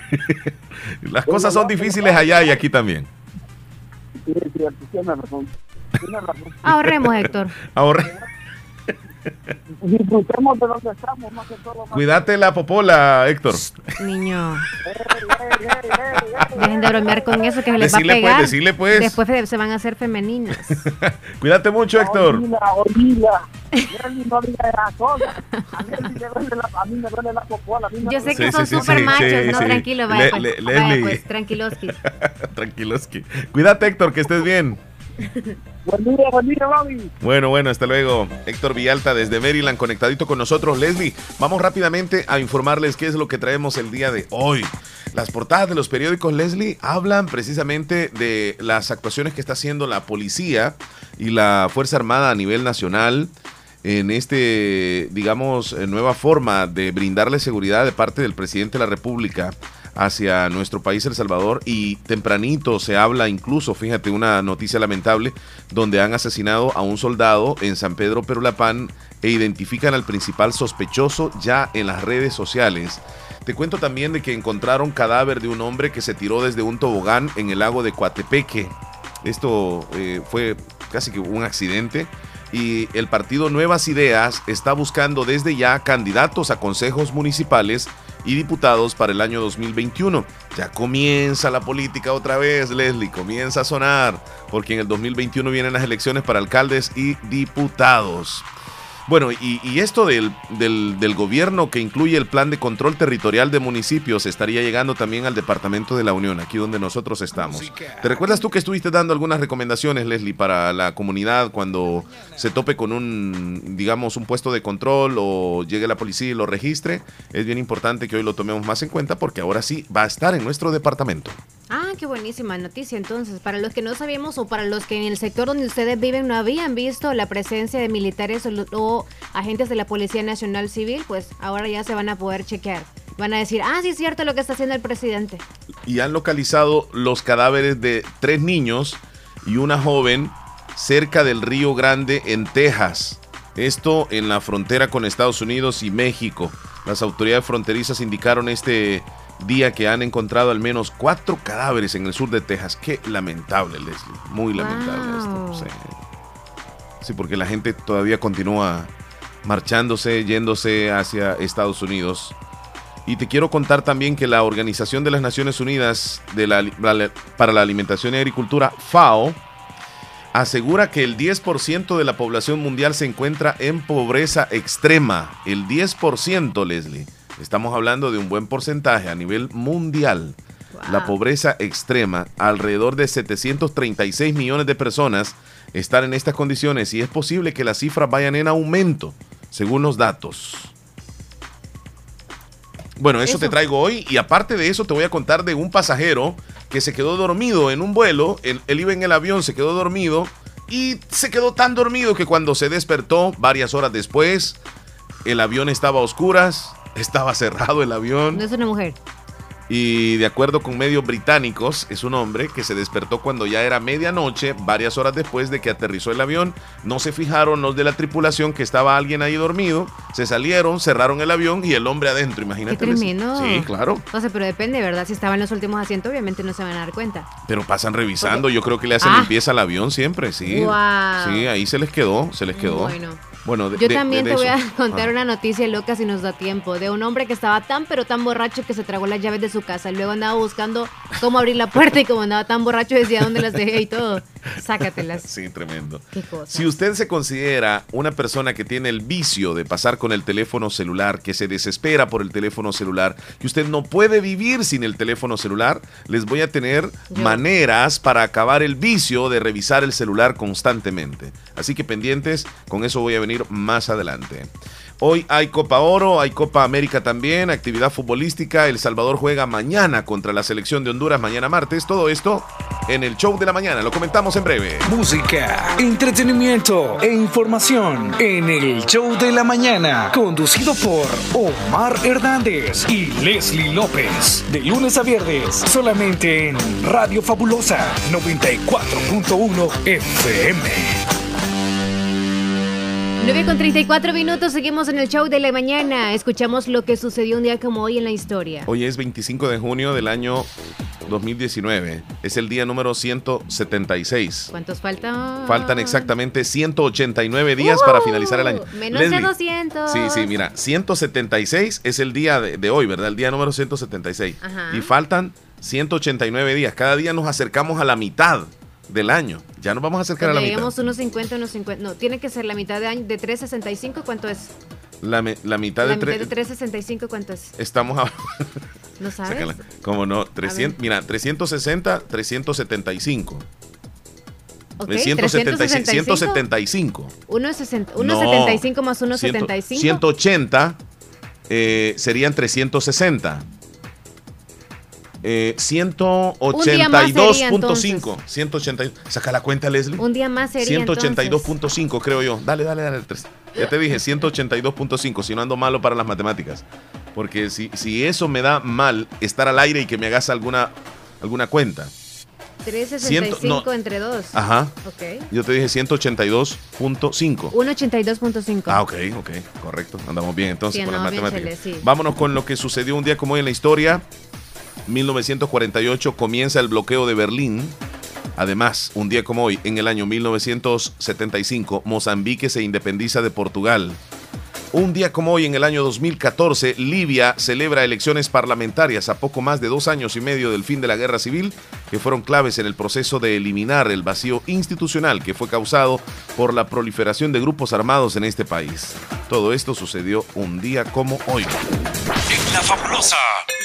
Las cosas son difíciles allá y aquí también. Sí, sí, tienes razón. Tienes razón. Ahorremos, Héctor. Ahorre. Disfrutemos de donde estamos, más que todo. Cuídate la popola, Héctor. Niño. Dejen de bromear con eso que se les Decirle va a pegar. pues, decirle pues. Después se van a hacer femeninas. Cuídate mucho, Héctor. Olvida, olvida. No diga esas cosas. A mí me duele la, a mí me duele la popola. Yo sé que Sí, son sí, sí, súper sí, machos. sí, No, sí. tranquilo, vaya Le- pues. le- Vaya Leslie. pues, tranquiloski. Tranquiloski. Cuídate, Héctor, que estés bien. Buen día, buen día, Bobby. Bueno, bueno, hasta luego. Héctor Villalta desde Maryland, conectadito con nosotros. Leslie, vamos rápidamente a informarles qué es lo que traemos el día de hoy. Las portadas de los periódicos, Leslie, hablan precisamente de las actuaciones que está haciendo la policía y la Fuerza Armada a nivel nacional en este, digamos, nueva forma de brindarle seguridad de parte del presidente de la República hacia nuestro país, El Salvador, y tempranito se habla incluso, fíjate, una noticia lamentable, donde han asesinado a un soldado en San Pedro Perulapán e identifican al principal sospechoso ya en las redes sociales. Te cuento también de que encontraron cadáver de un hombre que se tiró desde un tobogán en el lago de Coatepeque. Esto eh, fue casi que un accidente. Y el partido Nuevas Ideas está buscando desde ya candidatos a consejos municipales y diputados para el año dos mil veintiuno. Ya comienza la política otra vez, Leslie, comienza a sonar, porque en el dos mil veintiuno vienen las elecciones para alcaldes y diputados. Bueno, y, y esto del, del, del gobierno que incluye el plan de control territorial de municipios estaría llegando también al Departamento de la Unión, aquí donde nosotros estamos. ¿Te recuerdas tú que estuviste dando algunas recomendaciones, Leslie, para la comunidad cuando se tope con un, digamos, un puesto de control o llegue la policía y lo registre? Es bien importante que hoy lo tomemos más en cuenta porque ahora sí va a estar en nuestro departamento. Ah, qué buenísima noticia. Entonces, para los que no sabíamos o para los que en el sector donde ustedes viven no habían visto la presencia de militares o, o agentes de la Policía Nacional Civil, pues ahora ya se van a poder chequear. Van a decir, ah, sí es cierto lo que está haciendo el presidente. Y han localizado los cadáveres de tres niños y una joven cerca del Río Grande en Texas. Esto en la frontera con Estados Unidos y México. Las autoridades fronterizas indicaron este día que han encontrado al menos cuatro cadáveres en el sur de Texas. Qué lamentable, Leslie. Muy lamentable Wow. esto. Sí. Sí, porque la gente todavía continúa marchándose, yéndose hacia Estados Unidos. Y te quiero contar también que la Organización de las Naciones Unidas de la, para la Alimentación y Agricultura, FAO, asegura que el diez por ciento de la población mundial se encuentra en pobreza extrema. El diez por ciento, Leslie. Estamos hablando de un buen porcentaje a nivel mundial. Wow. La pobreza extrema, alrededor de setecientos treinta y seis millones de personas están en estas condiciones y es posible que las cifras vayan en aumento, según los datos. Bueno, eso, eso te traigo hoy y aparte de eso te voy a contar de un pasajero que se quedó dormido en un vuelo. Él, él iba en el avión, se quedó dormido y se quedó tan dormido que cuando se despertó varias horas después, el avión estaba a oscuras. Estaba cerrado el avión. No es una mujer. Y de acuerdo con medios británicos, es un hombre que se despertó cuando ya era medianoche, varias horas después de que aterrizó el avión. No se fijaron los de la tripulación que estaba alguien ahí dormido. Se salieron, cerraron el avión y el hombre adentro, imagínate. Qué tremendo. Sí, claro. O sea, pero depende, ¿verdad? Si estaba en los últimos asientos, obviamente no se van a dar cuenta. Pero pasan revisando, Porque... yo creo que le hacen ah. limpieza al avión siempre, sí. Wow. Sí, ahí se les quedó, se les quedó. Bueno. Bueno, de, Yo de, también de te eso. voy a contar ah. una noticia loca si nos da tiempo, de un hombre que estaba tan pero tan borracho que se tragó las llaves de su casa. Luego andaba buscando cómo abrir la puerta y como andaba tan borracho decía dónde las dejé y todo. Sácatelas. Sí, tremendo. Qué cosa. Si usted se considera una persona que tiene el vicio de pasar con el teléfono celular, que se desespera por el teléfono celular, que usted no puede vivir sin el teléfono celular, les voy a tener Yo. maneras para acabar el vicio de revisar el celular constantemente. Así que pendientes, con eso voy a venir más adelante. Hoy hay Copa Oro, hay Copa América también, actividad futbolística. El Salvador juega mañana contra la selección de Honduras, mañana martes. Todo esto en el show de la mañana, lo comentamos en breve. Música, entretenimiento e información en el show de la mañana, conducido por Omar Hernández y Leslie López. De lunes a viernes, solamente en Radio Fabulosa noventa y cuatro punto uno F M. nueve con treinta y cuatro minutos, seguimos en el show de la mañana. Escuchamos lo que sucedió un día como hoy en la historia. Hoy es veinticinco de junio del año dos mil diecinueve. Es el día número ciento setenta y seis. ¿Cuántos faltan? Faltan exactamente ciento ochenta y nueve días uh, para finalizar el año. Menos Leslie, de doscientos. Sí, sí, mira, ciento setenta y seis es el día de, de hoy, ¿verdad? El día número ciento setenta y seis. Ajá. Y faltan ciento ochenta y nueve días. Cada día nos acercamos a la mitad del año. Ya nos vamos a acercar Cuando a la mitad. Llegamos unos cincuenta, unos cincuenta. No, tiene que ser la mitad de año de trescientos sesenta y cinco. ¿Cuánto es? La, me, la mitad, la de, mitad de trescientos sesenta y cinco, ¿cuánto es? Estamos a... ¿No sabes? Sácala. ¿Cómo no? trescientos, mira, trescientos sesenta, trescientos setenta y cinco. Okay, ciento setenta y cinco. ciento setenta y cinco. uno setenta y cinco más uno setenta y cinco. ciento ochenta eh, serían trescientos sesenta. Eh, ciento ochenta y dos punto cinco. ciento ochenta. Saca la cuenta, Leslie. Un día más sería ciento ochenta y dos punto cinco, creo yo. Dale, dale, dale. Ya te dije, ciento ochenta y dos punto cinco. Si no ando malo para las matemáticas. Porque si, si eso me da mal estar al aire y que me hagas alguna, alguna cuenta. trescientos sesenta y cinco no. Entre dos. Ajá. Okay. Yo te dije ciento ochenta y dos punto cinco. ciento ochenta y dos punto cinco. Ah, ok, ok. Correcto. Andamos bien entonces sí, con las matemáticas. Chile, sí. Vámonos con lo que sucedió un día como hoy en la historia. mil novecientos cuarenta y ocho comienza el bloqueo de Berlín. Además, un día como hoy, en el año mil novecientos setenta y cinco, Mozambique se independiza de Portugal. Un día como hoy, en el año dos mil catorce, Libia celebra elecciones parlamentarias a poco más de dos años y medio del fin de la guerra civil, que fueron claves en el proceso de eliminar el vacío institucional que fue causado por la proliferación de grupos armados en este país. Todo esto sucedió un día como hoy. En La Fabulosa,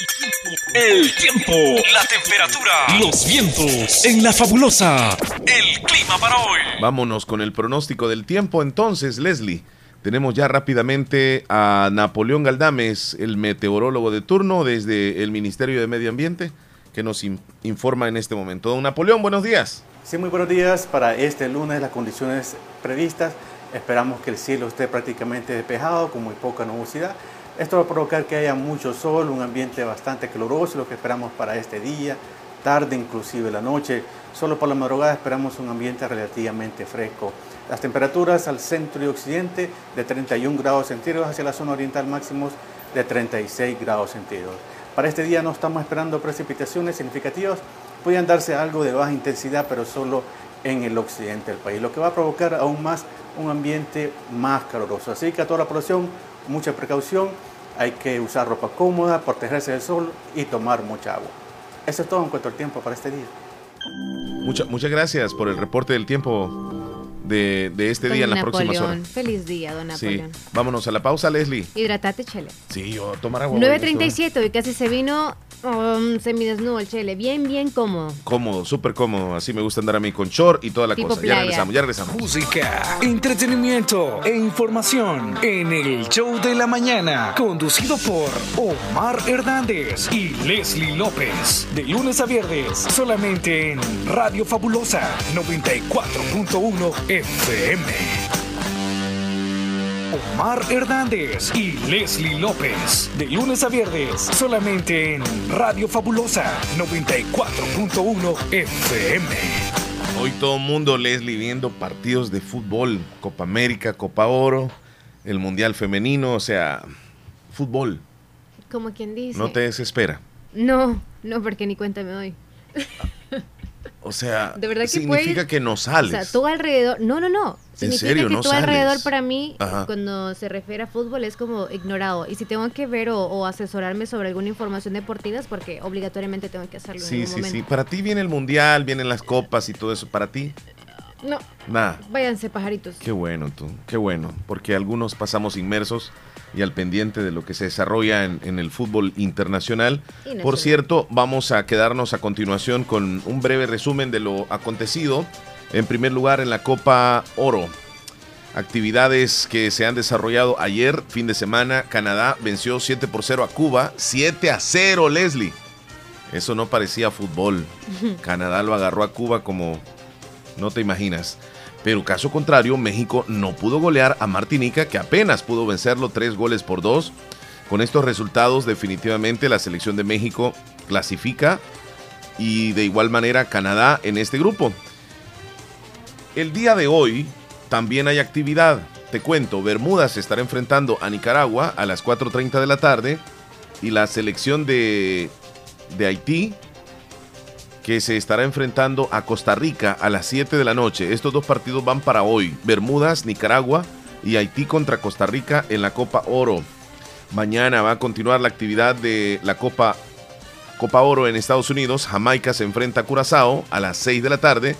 el tiempo, la temperatura, los vientos. En La Fabulosa, el clima para hoy. Vámonos con el pronóstico del tiempo entonces, Leslie. Tenemos ya rápidamente a Napoleón Galdames, el meteorólogo de turno desde el Ministerio de Medio Ambiente, que nos in- informa en este momento. Don Napoleón, buenos días. Sí, muy buenos días. Para este lunes, las condiciones previstas, esperamos que el cielo esté prácticamente despejado, con muy poca nubosidad. Esto va a provocar que haya mucho sol, un ambiente bastante caluroso, lo que esperamos para este día, tarde, inclusive la noche. Solo por la madrugada esperamos un ambiente relativamente fresco. Las temperaturas al centro y occidente de treinta y un grados centígrados, hacia la zona oriental máximos de treinta y seis grados centígrados. Para este día no estamos esperando precipitaciones significativas, pueden darse algo de baja intensidad, pero solo en el occidente del país, lo que va a provocar aún más un ambiente más caluroso. Así que a toda la población, mucha precaución, hay que usar ropa cómoda, protegerse del sol y tomar mucha agua. Eso es todo en cuanto al tiempo para este día. Mucha, muchas gracias por el reporte del tiempo de, de este don día en las Napoleón. próximas horas. Feliz día, don Napoleón. Sí. Vámonos a la pausa, Leslie. Hidratate, Chele. Sí, yo tomar agua. nueve treinta y siete, hoy casi se vino um, semidesnudo el Chele. Bien, bien cómodo. Cómodo, súper cómodo. Así me gusta andar a mí con short y toda la tipo cosa. playa. Ya regresamos, ya regresamos. Música, entretenimiento e información en el Show de la Mañana, conducido por Omar Hernández y Leslie López. De lunes a viernes, solamente en Radio Fabulosa noventa y cuatro punto uno F M. Omar Hernández y Leslie López. De lunes a viernes, solamente en Radio Fabulosa noventa y cuatro punto uno F M. Hoy todo el mundo, Leslie, viendo partidos de fútbol, Copa América, Copa Oro, el Mundial Femenino, o sea, fútbol. Como quien dice. ¿No te desespera? No, no, porque ni cuenta me doy. O sea, de verdad que significa puede, que no sales. O sea, todo alrededor, no, no, no. Significa ¿En serio? que ¿No todo sales? alrededor para mí, Ajá. cuando se refiere a fútbol, es como ignorado. Y si tengo que ver o, o asesorarme sobre alguna información deportiva, es porque obligatoriamente tengo que hacerlo Sí, en algún sí, momento. sí. Para ti viene el Mundial, vienen las copas y todo eso. ¿Para ti? No, Nada. váyanse pajaritos. Qué bueno tú, qué bueno. Porque algunos pasamos inmersos y al pendiente de lo que se desarrolla en, en el fútbol internacional. nacional. Por cierto, vamos a quedarnos a continuación con un breve resumen de lo acontecido. En primer lugar, en la Copa Oro. Actividades que se han desarrollado ayer, fin de semana. Canadá venció siete por cero a Cuba. siete a cero, Leslie. Eso no parecía fútbol. Canadá lo agarró a Cuba como no te imaginas. Pero caso contrario, México no pudo golear a Martinica, que apenas pudo vencerlo tres goles por dos. Con estos resultados, definitivamente la selección de México clasifica y de igual manera Canadá en este grupo. El día de hoy también hay actividad. Te cuento, Bermudas se estará enfrentando a Nicaragua a las cuatro treinta de la tarde y la selección de, de Haití que se estará enfrentando a Costa Rica a las siete de la noche. Estos dos partidos van para hoy. Bermudas, Nicaragua y Haití contra Costa Rica en la Copa Oro. Mañana va a continuar la actividad de la Copa, Copa Oro en Estados Unidos. Jamaica se enfrenta a Curazao a las seis de la tarde.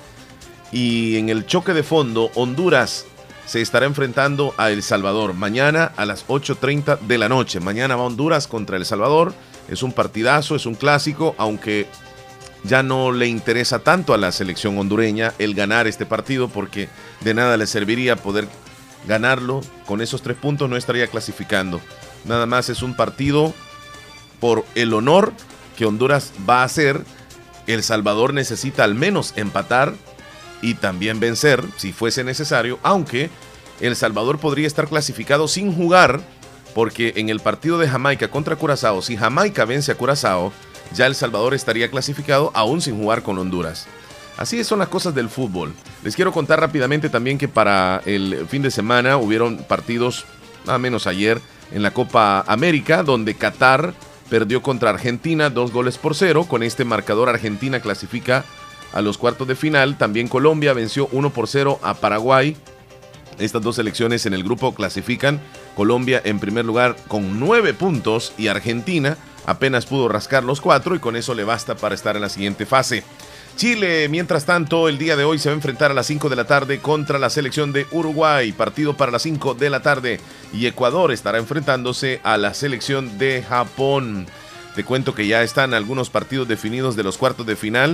Y en el choque de fondo, Honduras se estará enfrentando a El Salvador. Mañana a las ocho treinta de la noche. Mañana va Honduras contra El Salvador. Es un partidazo, es un clásico, aunque ya no le interesa tanto a la selección hondureña el ganar este partido, porque de nada le serviría poder ganarlo. Con esos tres puntos no estaría clasificando. Nada más es un partido por el honor que Honduras va a hacer. El Salvador necesita al menos empatar y también vencer si fuese necesario, aunque El Salvador podría estar clasificado sin jugar, porque en el partido de Jamaica contra Curazao, si Jamaica vence a Curazao, ya El Salvador estaría clasificado aún sin jugar con Honduras. Así son las cosas del fútbol. Les quiero contar rápidamente también que para el fin de semana hubieron partidos, nada menos ayer, en la Copa América, donde Qatar perdió contra Argentina dos goles por cero. Con este marcador, Argentina clasifica a los cuartos de final. También Colombia venció uno por cero a Paraguay. Estas dos selecciones en el grupo clasifican. Colombia en primer lugar con nueve puntos y Argentina apenas pudo rascar los cuatro y con eso le basta para estar en la siguiente fase. Chile, mientras tanto, el día de hoy se va a enfrentar a las cinco de la tarde contra la selección de Uruguay, partido para las cinco de la tarde, y Ecuador estará enfrentándose a la selección de Japón. Te cuento que ya están algunos partidos definidos de los cuartos de final.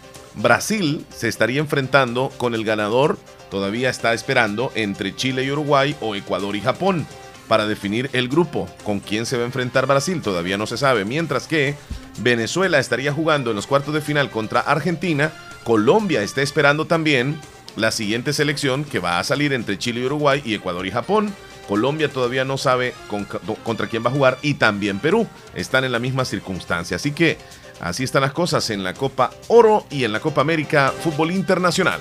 Brasil se estaría enfrentando con el ganador, todavía está esperando, entre Chile y Uruguay o Ecuador y Japón, para definir el grupo. ¿Con quién se va a enfrentar Brasil? Todavía no se sabe. Mientras que Venezuela estaría jugando en los cuartos de final contra Argentina. Colombia está esperando también la siguiente selección que va a salir entre Chile y Uruguay y Ecuador y Japón. Colombia todavía no sabe con, contra quién va a jugar, y también Perú están en la misma circunstancia. Así que así están las cosas en la Copa Oro y en la Copa América Fútbol Internacional.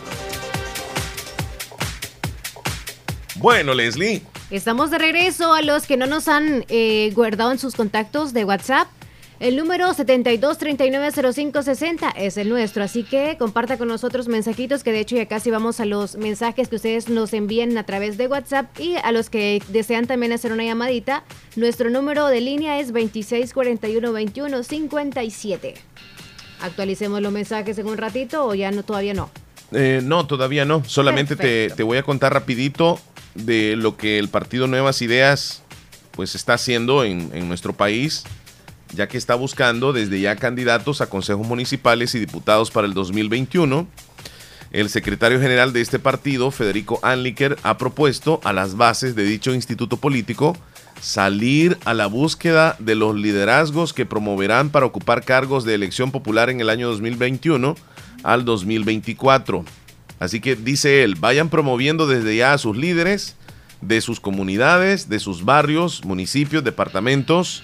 Bueno, Leslie, estamos de regreso. A los que no nos han eh, guardado en sus contactos de WhatsApp, el número setenta y dos, treinta y nueve, cero cinco, sesenta es el nuestro, así que comparta con nosotros mensajitos, que de hecho ya casi vamos a los mensajes que ustedes nos envíen a través de WhatsApp, y a los que desean también hacer una llamadita, nuestro número de línea es veintiséis, cuarenta y uno, veintiuno, cincuenta y siete. Actualicemos los mensajes en un ratito, o ya no, todavía no. Eh, no, todavía no, solamente te, te voy a contar rapidito de lo que el partido Nuevas Ideas pues está haciendo en, en nuestro país, ya que está buscando desde ya candidatos a consejos municipales y diputados para el dos mil veintiuno. El secretario general de este partido, Federico Anliker, ha propuesto a las bases de dicho instituto político salir a la búsqueda de los liderazgos que promoverán para ocupar cargos de elección popular en el año dos mil veintiuno al dos mil veinticuatro. Así que dice él, vayan promoviendo desde ya a sus líderes de sus comunidades, de sus barrios, municipios, departamentos.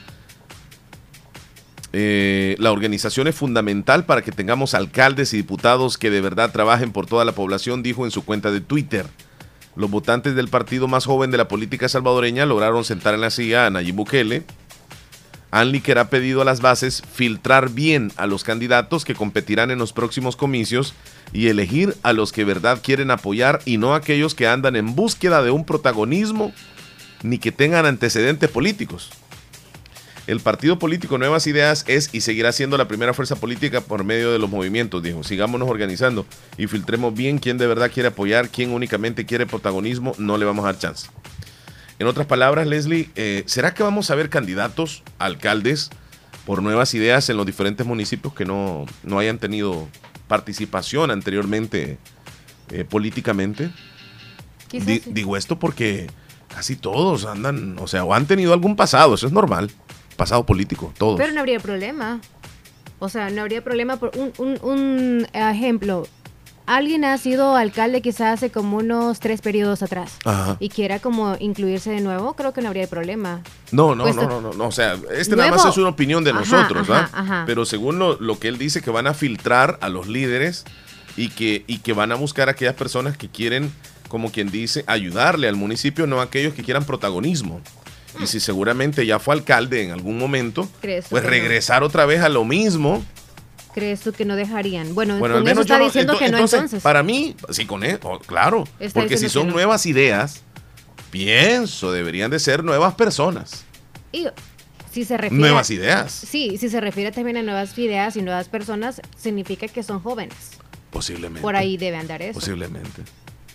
Eh, la organización es fundamental para que tengamos alcaldes y diputados que de verdad trabajen por toda la población, dijo en su cuenta de Twitter. Los votantes del partido más joven de la política salvadoreña lograron sentar en la silla a Nayib Bukele. Anliker ha pedido a las bases filtrar bien a los candidatos que competirán en los próximos comicios y elegir a los que de verdad quieren apoyar, y no a aquellos que andan en búsqueda de un protagonismo ni que tengan antecedentes políticos. El partido político Nuevas Ideas es y seguirá siendo la primera fuerza política por medio de los movimientos, dijo. Sigámonos organizando y filtremos bien quién de verdad quiere apoyar, quién únicamente quiere protagonismo, no le vamos a dar chance. En otras palabras, Leslie, eh, ¿será que vamos a ver candidatos a alcaldes por Nuevas Ideas en los diferentes municipios que no, no hayan tenido participación anteriormente eh, políticamente? Di, sí. Digo esto porque casi todos andan, o sea, o han tenido algún pasado, eso es normal. Pasado político, todos. Pero no habría problema. O sea, no habría problema por un, un, un ejemplo. Alguien ha sido alcalde quizás hace como unos tres periodos atrás. Ajá. Y quiera como incluirse de nuevo, creo que no habría problema. No, no, pues, no, no, no, no. O sea, este nuevo. Nada más es una opinión de ajá, nosotros, ¿verdad? Pero según lo, lo que él dice, que van a filtrar a los líderes y que, y que van a buscar a aquellas personas que quieren, como quien dice, ayudarle al municipio, no a aquellos que quieran protagonismo. Y si seguramente ya fue alcalde en algún momento, pues regresar otra vez a lo mismo, ¿crees tú que no dejarían? Bueno, Bueno, con al menos eso está yo no- diciendo ento- que no entonces, entonces. Para mí, sí, con eso, claro. Está Porque si diciendo son que no. nuevas ideas, pienso, deberían de ser nuevas personas. Y si se refiere Nuevas ideas, Sí, si se refiere también a nuevas ideas y nuevas personas, significa que son jóvenes. posiblemente. Por ahí debe andar eso. Posiblemente.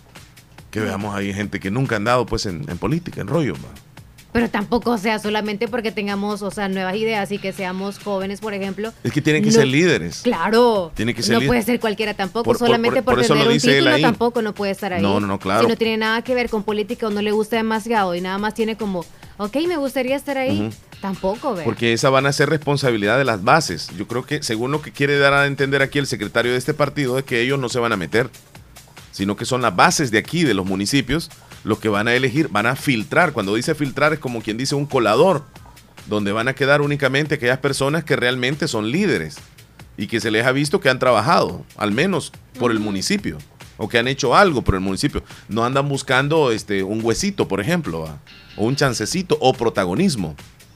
Que veamos ahí gente que nunca han dado pues en, en política, en rollo. Ma. Pero tampoco, o sea, solamente porque tengamos, o sea, nuevas ideas y que seamos jóvenes, por ejemplo. Es que tienen que no- ser líderes. Claro. Tiene que ser no líder. puede ser cualquiera tampoco. Por- por- solamente por- por, por eso tener lo un dice él título ahí. tampoco no puede estar ahí. No, no, no, claro. Si no tiene nada que ver con política o no le gusta demasiado y nada más tiene como, ok, me gustaría estar ahí, Ujú. tampoco, ¿ve? Porque esa van a ser responsabilidad de las bases. Yo creo que según lo que quiere dar a entender aquí el secretario de este partido es que ellos no se van a meter, sino que son las bases de aquí, de los municipios, los que van a elegir, van a filtrar. Cuando dice filtrar es como quien dice un colador, donde van a quedar únicamente aquellas personas que realmente son líderes y que se les ha visto que han trabajado, al menos por el municipio, o que han hecho algo por el municipio. No andan buscando este, un huesito, por ejemplo, ¿va? O un chancecito, o protagonismo.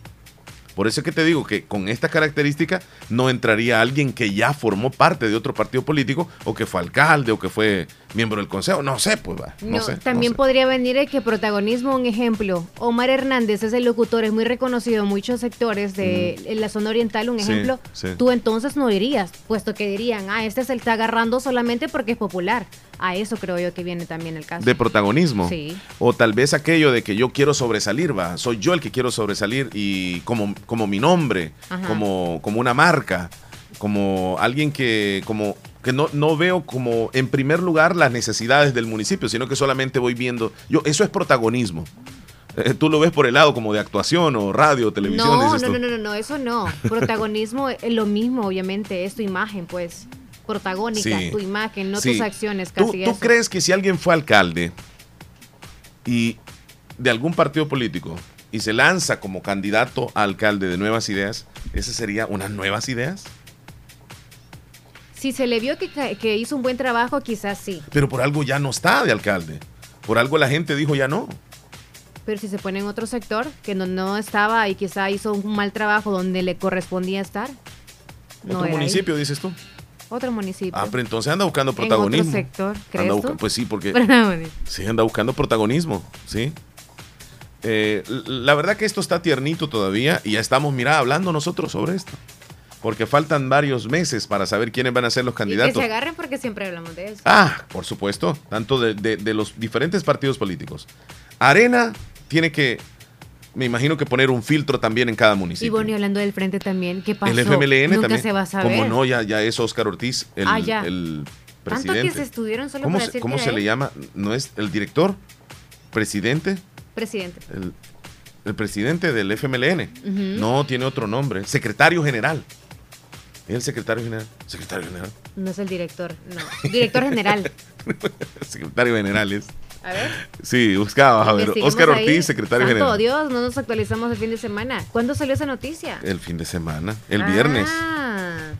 Por eso es que te digo que con esta característica no entraría alguien que ya formó parte de otro partido político o que fue alcalde o que fue miembro del consejo. No sé, pues va. No, No, sé. también no sé. podría venir el que protagonismo, un ejemplo. Omar Hernández es el locutor, es muy reconocido en muchos sectores de en la zona oriental, un Mm. Sí, ejemplo. sí. Tú entonces no irías, puesto que dirían, ah, este se está agarrando solamente porque es popular. A eso creo yo que viene también el caso. De protagonismo. Sí. O tal vez aquello de que yo quiero sobresalir, va. Soy yo el que quiero sobresalir y como, como mi nombre, Ajá. como, como una marca, como alguien que, como, que no, no veo como en primer lugar las necesidades del municipio, sino que solamente voy viendo. Yo, eso es protagonismo. Eh, tú lo ves por el lado como de actuación o radio, televisión. No, dices no, tú. no, no, no, no, eso no. Protagonismo es lo mismo, obviamente, es tu imagen, pues. Protagónica, Sí. tu imagen, no Sí. tus acciones, ¿Tú, casi tú eso. crees que si alguien fue alcalde y de algún partido político y se lanza como candidato a alcalde de Nuevas Ideas, ese sería unas nuevas ideas? Si se le vio que, ca- que hizo un buen trabajo, quizás sí. Pero por algo ya no está de alcalde. Por algo la gente dijo ya no. Pero si se pone en otro sector, que no, no estaba y quizá hizo un mal trabajo donde le correspondía estar. no Otro era ahí. municipio, dices tú. Otro municipio. Ah, pero entonces anda buscando En protagonismo. otro sector, ¿crees Anda tú? busca- Pues sí, porque Protagonismo. sí, anda buscando protagonismo, ¿sí? Eh, l- la verdad que esto está tiernito todavía y ya estamos, mira, hablando nosotros sobre esto. Porque faltan varios meses para saber quiénes van a ser los Y que candidatos. se agarren porque siempre hablamos de eso. Ah, por supuesto, tanto de, de- de los diferentes partidos políticos. Arena tiene que, me imagino que poner un filtro también en cada Y municipio. bueno, y hablando del frente también, ¿qué pasó? El F M L N Nunca también. se va a saber. Como no, ya, ya es Óscar Ortiz, el, Ah, ya. el Tanto presidente. que se estuvieron solo ¿Cómo para se, decir cómo que se era le él. llama? ¿No es el director? ¿Presidente? Presidente. El, el presidente del F M L N. Ujú. No, tiene otro nombre. Secretario general. ¿Es el secretario general? Secretario general. No es el director, no. Director general. Secretario general es. A ver. Sí, buscaba, a ver. investiguemos Óscar ahí. Ortiz, secretario Santo general. Dios, no nos actualizamos el fin de semana. ¿Cuándo salió esa noticia? El fin de semana, el viernes. Ah,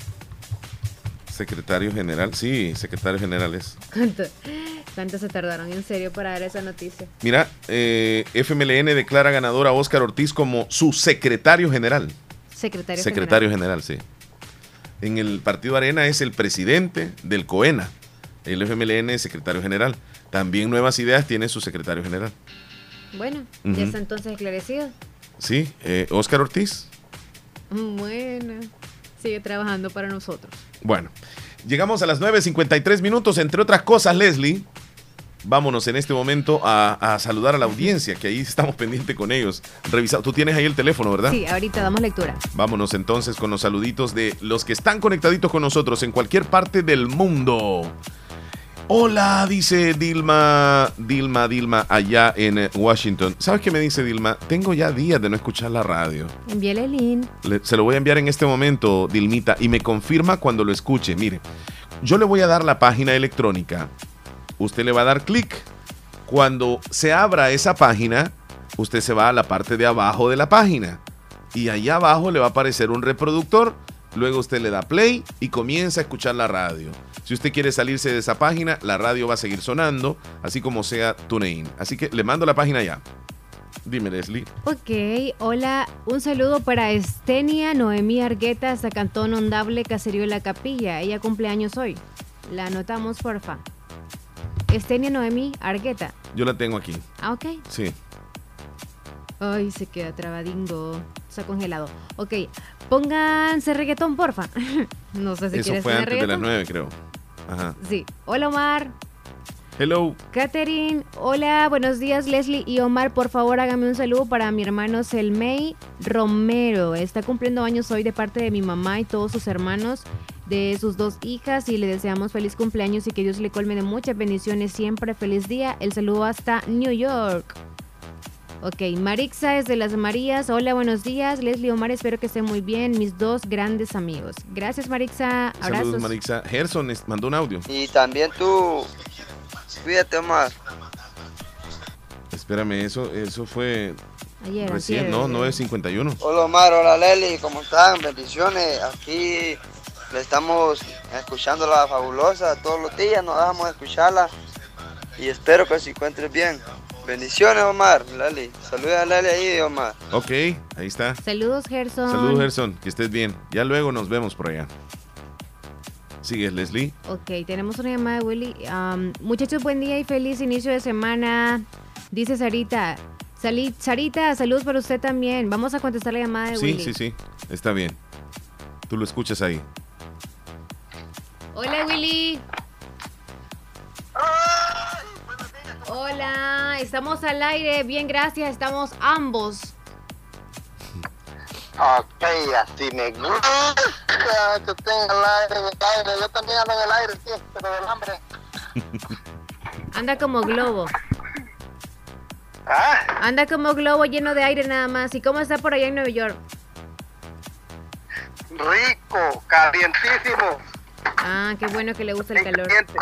Secretario general, sí, secretario general es. ¿cuánto, cuánto se tardaron en serio para dar esa noticia? Mira, eh, F M L N declara ganador a Óscar Ortiz como su secretario general. Secretario, Secretario general, sí. En el Partido Arena es el presidente del COENA. El F M L N es secretario general. También Nuevas Ideas tiene su secretario general. general. Bueno, Ujú. ya está entonces esclarecido. Sí, eh, Óscar Ortiz. Bueno, sigue trabajando para nosotros. Bueno, llegamos a las nueve cincuenta y tres minutos. Entre otras cosas, Leslie, vámonos en este momento a, a saludar a la audiencia, que ahí estamos pendientes con ellos. Revisa, tú tienes ahí el teléfono, ¿verdad? Sí, ahorita damos lectura. Vámonos entonces con los saluditos de los que están conectaditos con nosotros en cualquier parte del mundo. Hola, dice Dilma, Dilma, Dilma, allá en eh, Washington. ¿Sabes qué me dice Dilma? Tengo ya días de no escuchar la radio. Envíale el link. Le- se lo voy a enviar en este momento, Dilmita, y me confirma cuando lo escuche. Mire, yo le voy a dar la página electrónica. Usted le va a dar clic. Cuando se abra esa página, usted se va a la parte de abajo de la página. Y allá abajo le va a aparecer un reproductor. Luego usted le da play y comienza a escuchar la radio. Si usted quiere salirse de esa página, la radio va a seguir sonando, así como sea TuneIn. Así que le mando la página ya. Dime, Leslie. Ok, hola, un saludo para Estenia Noemí Argueta, hasta Cantón Ondable, Caserío de la Capilla. Ella cumpleaños hoy. La anotamos, porfa. Estenia Noemí Argueta. Yo la tengo aquí. Ah, ok. Sí. Ay, se queda trabadingo. Está congelado. Ok, pónganse reggaetón, porfa. No sé si Eso quieres fue tener antes de las reggaetón. nueve, creo. Ajá. Sí. Hola, Omar. Hello. Catherine, hola, buenos días, Leslie y Omar. Por favor, hágame un saludo para mi hermano Selmey Romero. Está cumpliendo años hoy de parte de mi mamá y todos sus hermanos, de sus dos hijas, y le deseamos feliz cumpleaños y que Dios le colme de muchas bendiciones siempre. Feliz día. El saludo hasta New York. Ok, Marixa es de las Marías. Hola, buenos días, Leslie y Omar. Espero que estén muy bien, mis dos grandes amigos. Gracias, Marixa. Abrazos. Saludos, Marixa. Gerson es- mandó un audio. Y también tú, cuídate, Omar. Espérame, eso, eso fue Ayer, recién, ayer. ¿no? nueve cincuenta y uno. Hola, Omar. Hola, Leli. ¿Cómo están? Bendiciones. Aquí le estamos escuchando la fabulosa todos los días. Nos dejamos de escucharla. Y espero que se encuentres bien. Bendiciones, Omar. Leli. Saluda a Leli ahí, Omar. Ok, ahí está. Saludos, Gerson. Saludos, Gerson. Que estés bien. Ya luego nos vemos por allá. ¿Sigues, Leslie? Ok, tenemos una llamada de Willy. Um, muchachos, buen día y feliz inicio de semana. Dice Sarita. Sali- Sarita, saludos para usted también. Vamos a contestar la llamada de Sí, Willy. sí, sí. Está bien. Tú lo escuchas ahí. Hola, Willy. Hola, estamos al aire. Bien, gracias. Estamos ambos. Ok, así me gusta que estén al aire, en el aire. Yo también ando en el aire, sí, pero del hambre. Anda como globo. ¿Ah? Anda como globo lleno de aire nada más. ¿Y cómo está por allá en Nueva York? Rico, calientísimo. Ah, qué bueno que le gusta el calor. Caliente.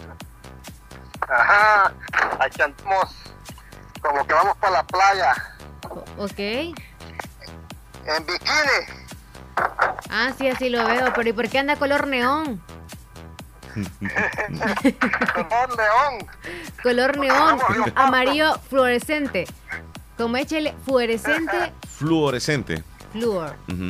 Ajá, aquí andamos como que vamos para la playa, O- ok. en bikini. Ah, sí, así lo veo. Pero ¿y por qué anda color neón? Color león. Color neón, amarillo fluorescente. Como échale fluorescente, Fluorescente. fluor. Ujú.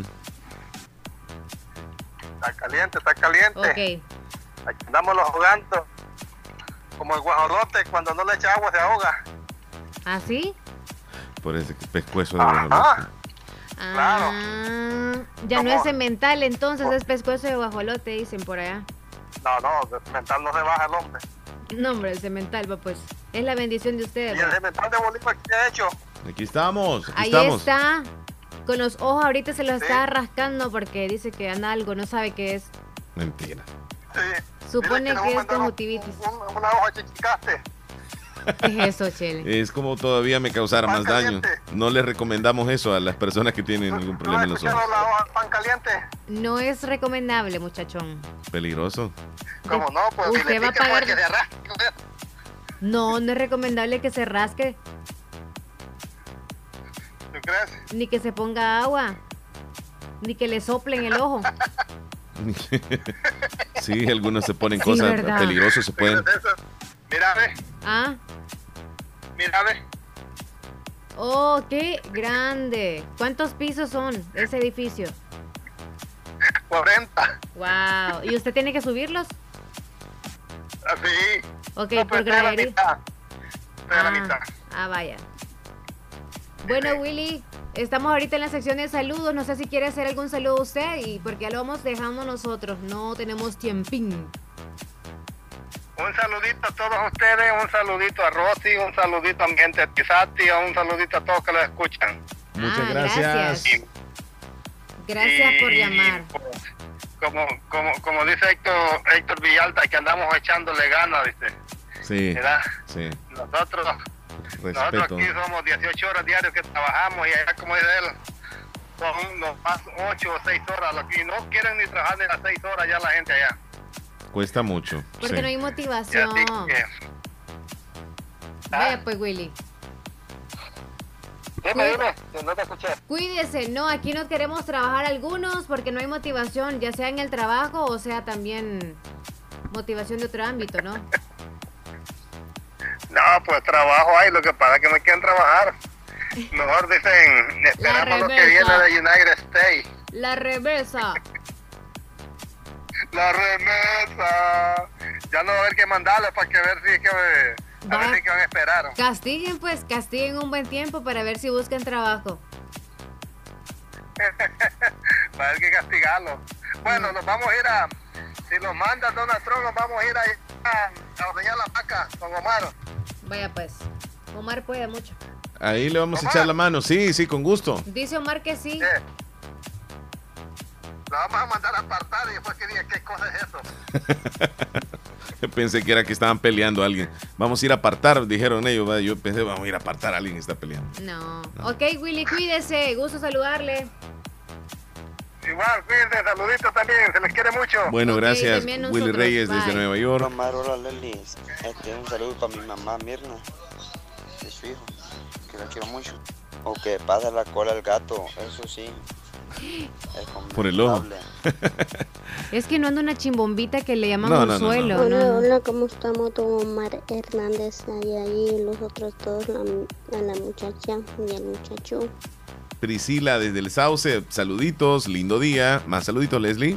Está caliente, está caliente. Ok. Aquí andamos los jugando. Como el guajolote, cuando no le echa agua se ahoga. ¿Ah, sí? Por ese pescuezo de Ajá. guajolote. Ah, ya no ¿Cómo? es cemental, entonces es pescuezo de guajolote, dicen por allá. No, no, de cemental no se baja el hombre. No, hombre, el cemental, va, pues. Es la bendición de ustedes. Y el va. cemental de Bolívar, ¿qué ha hecho? Aquí estamos. Aquí Ahí estamos. está. Con los ojos ahorita se los Sí. está rascando porque dice que anda algo, no sabe qué es. Mentira. Sí. Supone Dile que es le voy a mandar conjuntivitis. un- un- Una hoja chichicaste. ¿Qué es eso, Chele? Es como todavía me causara Pan más daño. caliente. No les recomendamos eso a las personas que tienen algún problema ¿No en los escucharon ojos. la hoja de pan caliente? No es recomendable, muchachón. Peligroso. ¿Cómo no? Pues si Usted le va a pica, pues, pagar- que se rasque. No, no es recomendable que se rasque ¿Tú crees? ni que se ponga agua, ni que le soplen el ojo. Sí, algunos se ponen Sí, cosas ¿verdad? peligrosas, se pueden. Mira, eso. Mira, ve, Ah, mira, ve. oh, qué grande. ¿Cuántos pisos son ese edificio? cuarenta. Wow. ¿Y usted tiene que subirlos? Así. Ok, No, por pues, estoy a la gradería. mitad. Estoy a la mitad. Ah, vaya. Bueno, Willy, estamos ahorita en la sección de saludos. No sé si quiere hacer algún saludo usted, y porque ya lo vamos dejando nosotros. No tenemos tiempín. Un saludito a todos ustedes, un saludito a Rosy, un saludito a mi gente de Tizati, un saludito a todos que lo escuchan. Muchas Ah, gracias. gracias. Gracias por Y, llamar. pues, como, como, como dice Héctor, Héctor Villalta, que andamos echándole ganas, ¿viste? Sí, ¿Verdad? sí. Nosotros, nosotros Respeto. aquí somos dieciocho horas diarios que trabajamos y allá, como dice él, son los más ocho o seis horas. Aquí no quieren ni trabajar ni las seis horas ya la gente allá. Cuesta mucho. Porque sí. no hay Y motivación. así que... Vaya pues, Willy. Dime, dime, que no te escuché. Cuídese, no, aquí no queremos trabajar algunos porque no hay motivación, ya sea en el trabajo o sea también motivación de otro ámbito, ¿no? No, pues trabajo hay, lo que pasa es que no quieren trabajar. Mejor dicen, esperamos lo que viene de United States. La remesa. La remesa. Ya no va a haber que mandarle para que ver si que, a ver si que van a esperar. Castiguen pues, castiguen un buen tiempo para ver si buscan trabajo. Va a haber que castigarlo. Bueno, nos vamos a ir a, si nos manda Donald Trump, nos vamos a ir a, a, a ordeñar la vaca con Omar. Vaya pues, Omar puede mucho. Ahí le vamos Omar. a echar la mano, sí, sí, con gusto. Dice Omar que sí. Sí. La vamos a mandar a apartar y después que diga qué cosa es eso. Pensé que era que estaban peleando a alguien. Vamos a ir a apartar, dijeron ellos. ¿verdad? Yo pensé, vamos a ir a apartar a alguien que está peleando. No. no. Ok, Willy, cuídese. Gusto saludarle. Igual, cuídense, saluditos también, se les quiere mucho. Bueno, okay, gracias, Willy Reyes Bye. desde Nueva York. Omar, hola Leslie. Este, un saludo para mi mamá Mirna, de su hijo, que la quiero mucho. O que pasa la cola al gato, eso sí. Es por el ojo. Es que no anda una chimbombita que le llaman no, no, suelo. no, no. Hola, hola, ¿cómo estamos? Todo Omar Hernández, ahí, ahí, los otros todos, la, a la muchacha y al muchacho. Priscila desde el Sauce, saluditos, lindo día. Más saluditos, Leslie.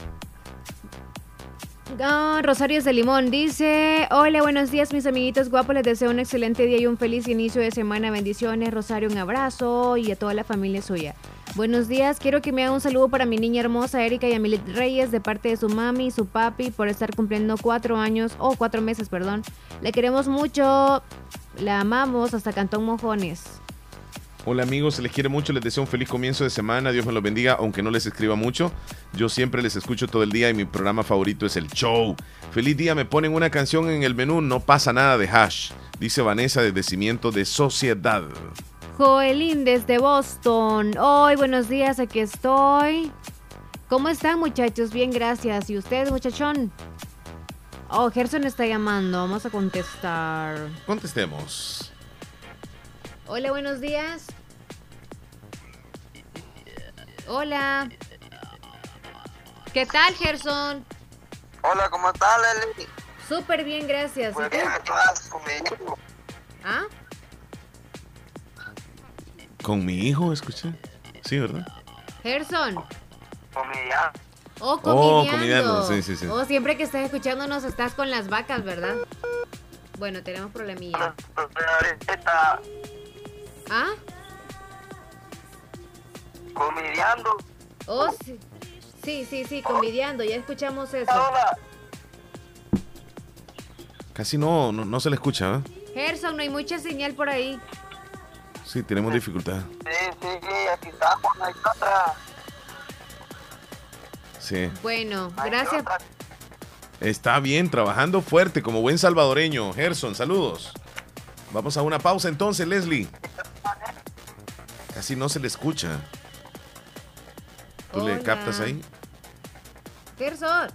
Oh, Rosario de Limón dice: hola, buenos días mis amiguitos guapos, les deseo un excelente día y un feliz inicio de semana, bendiciones. Rosario, un abrazo y a toda la familia suya. Buenos días, quiero que me haga un saludo para mi niña hermosa Erika y Amilet Reyes de parte de su mami y su papi por estar cumpliendo cuatro años, o oh, cuatro meses, perdón. Le queremos mucho, la amamos hasta Cantón Mojones. Hola amigos, se les quiere mucho, les deseo un feliz comienzo de semana, Dios me los bendiga, aunque no les escriba mucho, yo siempre les escucho todo el día y mi programa favorito es el show. Feliz día, me ponen una canción en el menú, no pasa nada de Hash, dice Vanessa desde Cimiento de Sociedad. Joelín desde Boston, hoy buenos días, aquí estoy. ¿Cómo están muchachos? Bien, gracias. ¿Y usted, muchachón? Oh, Gerson está llamando, vamos a contestar. Contestemos. Hola, buenos días. Hola. ¿Qué tal, Gerson? Hola, ¿cómo estás, Leslie? Súper bien, gracias. Pues ¿Y tú? bien, estás con mi hijo. ¿Ah? ¿Con mi hijo, escuché? Sí, ¿verdad? Gerson. Con mi hija. Oh, Oh, comediando. comediando, sí, sí, sí. Oh, siempre que estás escuchándonos estás con las vacas, ¿verdad? Bueno, tenemos problemilla. Ahorita ¿Ah? comediando. Oh, sí. Sí, sí, sí, comediando. Ya escuchamos eso. Hola. Casi no, no, no se le escucha, ¿eh? Gerson, no hay mucha señal por ahí. Sí, tenemos dificultad. Sí, sí, sí, aquí estamos, no hay otra. Sí. Bueno, gracias. Está bien, trabajando fuerte como buen salvadoreño. Gerson, saludos. Vamos a una pausa entonces, Leslie. Casi no se le escucha. ¿Tú Hola. le captas ahí? Gerson.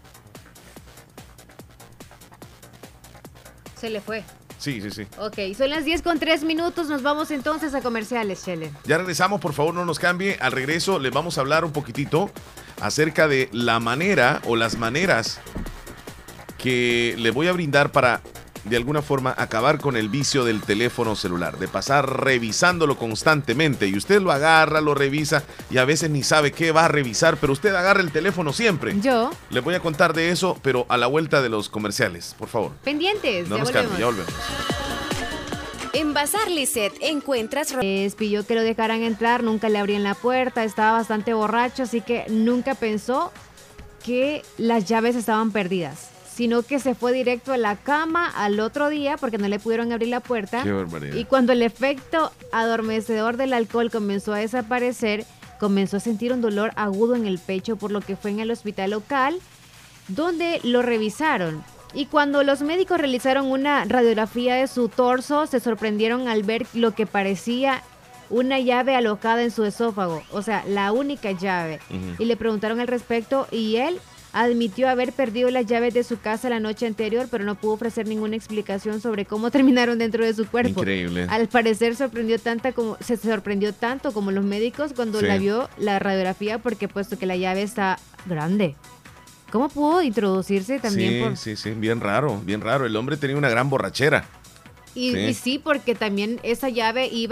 Se le fue. Sí, sí, sí. Ok, son las diez con tres minutos. Nos vamos entonces a comerciales, Chele. Ya regresamos, por favor, no nos cambie. Al regreso les vamos a hablar un poquitito acerca de la manera o las maneras que le voy a brindar para, de alguna forma, acabar con el vicio del teléfono celular, de pasar revisándolo constantemente. Y usted lo agarra, lo revisa y a veces ni sabe qué va a revisar, pero usted agarra el teléfono siempre. Yo. Le voy a contar de eso, pero a la vuelta de los comerciales, por favor. Pendientes. No ya nos volvemos. cambie, ya volvemos. En Bazar Lisset encuentras... Les pidió que lo dejaran entrar, nunca le abrían la puerta, estaba bastante borracho, así que nunca pensó que las llaves estaban perdidas, sino que se fue directo a la cama al otro día porque no le pudieron abrir la puerta. Qué barbaridad. Y cuando el efecto adormecedor del alcohol comenzó a desaparecer, comenzó a sentir un dolor agudo en el pecho, por lo que fue en el hospital local, donde lo revisaron. Y cuando los médicos realizaron una radiografía de su torso, se sorprendieron al ver lo que parecía una llave alojada en su esófago, o sea, la única llave. Ujú. Y le preguntaron al respecto y él admitió haber perdido las llaves de su casa la noche anterior, pero no pudo ofrecer ninguna explicación sobre cómo terminaron dentro de su cuerpo. Increíble. Al parecer sorprendió tanta como, se sorprendió tanto como los médicos cuando Sí. la vio la radiografía, porque puesto que la llave está grande. ¿Cómo pudo introducirse también Sí, por...? sí, sí, bien raro, bien raro. El hombre tenía una gran borrachera. Y Sí. y sí, porque también esa llave iba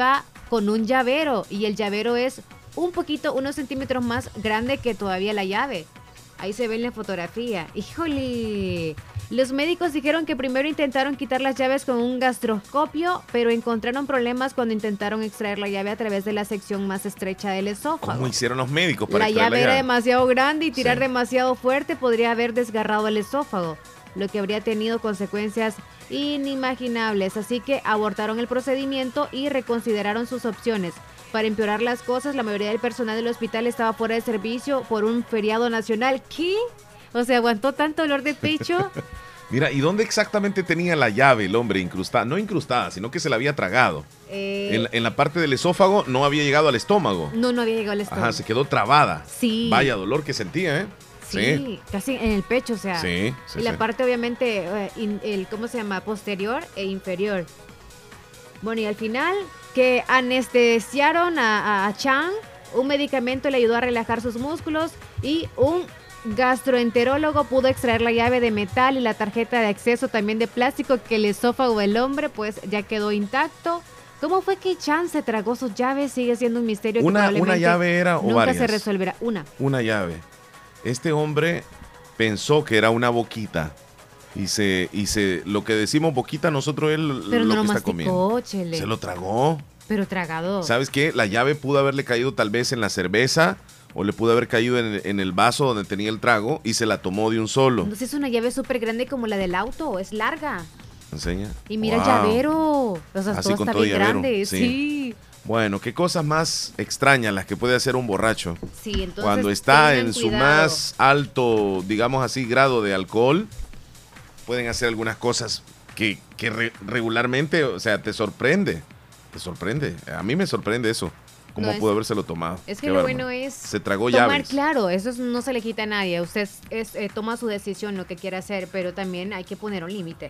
con un llavero y el llavero es un poquito, unos centímetros más grande que todavía la llave. Ahí se ve en la fotografía. ¡Híjole! Los médicos dijeron que primero intentaron quitar las llaves con un gastroscopio, pero encontraron problemas cuando intentaron extraer la llave a través de la sección más estrecha del esófago. ¿Cómo hicieron los médicos para La extraer llave la era llave? demasiado grande y tirar Sí. demasiado fuerte podría haber desgarrado el esófago, lo que habría tenido consecuencias inimaginables. Así que abortaron el procedimiento y reconsideraron sus opciones. Para empeorar las cosas, la mayoría del personal del hospital estaba fuera de servicio por un feriado nacional. ¿Qué? O sea, aguantó tanto dolor de pecho. Mira, ¿y dónde exactamente tenía la llave el hombre incrustada? No incrustada, sino que se la había tragado. Eh, En, la- en la parte del esófago no había llegado al estómago. no, no había llegado al estómago. Ajá, se quedó trabada. Sí. Vaya dolor que sentía, ¿eh? Sí, casi en el pecho, o sea. Sí, sí, y la sí. parte, obviamente, eh, in- el, ¿cómo se llama? Posterior e inferior. Bueno, y al final, que anestesiaron a, a, a Chang, un medicamento le ayudó a relajar sus músculos y un gastroenterólogo pudo extraer la llave de metal y la tarjeta de acceso también de plástico, que el esófago del hombre pues ya quedó intacto. ¿Cómo fue que Chang se tragó sus llaves? Sigue siendo un misterio. que Una- una probablemente llave era o nunca varias. se resolverá. Una. Una llave. Este hombre pensó que era una boquita. Y se, y se, lo que decimos boquita, nosotros es lo Pero no que lo está masticó, comiendo. Chele. Se lo tragó. Pero tragado. ¿Sabes qué? La llave pudo haberle caído tal vez en la cerveza o le pudo haber caído en, en el vaso donde tenía el trago y se la tomó de un solo. Entonces es una llave súper grande como la del auto, es larga. ¿Enseña? Y mira Wow. el llavero. O sea, Así todo con está todo bien llavero, grande. sí. Sí. Bueno, qué cosas más extrañas las que puede hacer un borracho. Sí, entonces Cuando está tengan en su cuidado. más alto, digamos así, grado de alcohol, pueden hacer algunas cosas que, que re- regularmente, o sea, te sorprende. Te sorprende. A mí me sorprende eso. ¿Cómo No, es- pudo habérselo tomado? Es que Qué lo bárbaro. bueno es Se tragó tomar, llaves. claro, eso es- no se le quita a nadie. Usted es- es, eh, toma su decisión, lo que quiera hacer, pero también hay que poner un límite.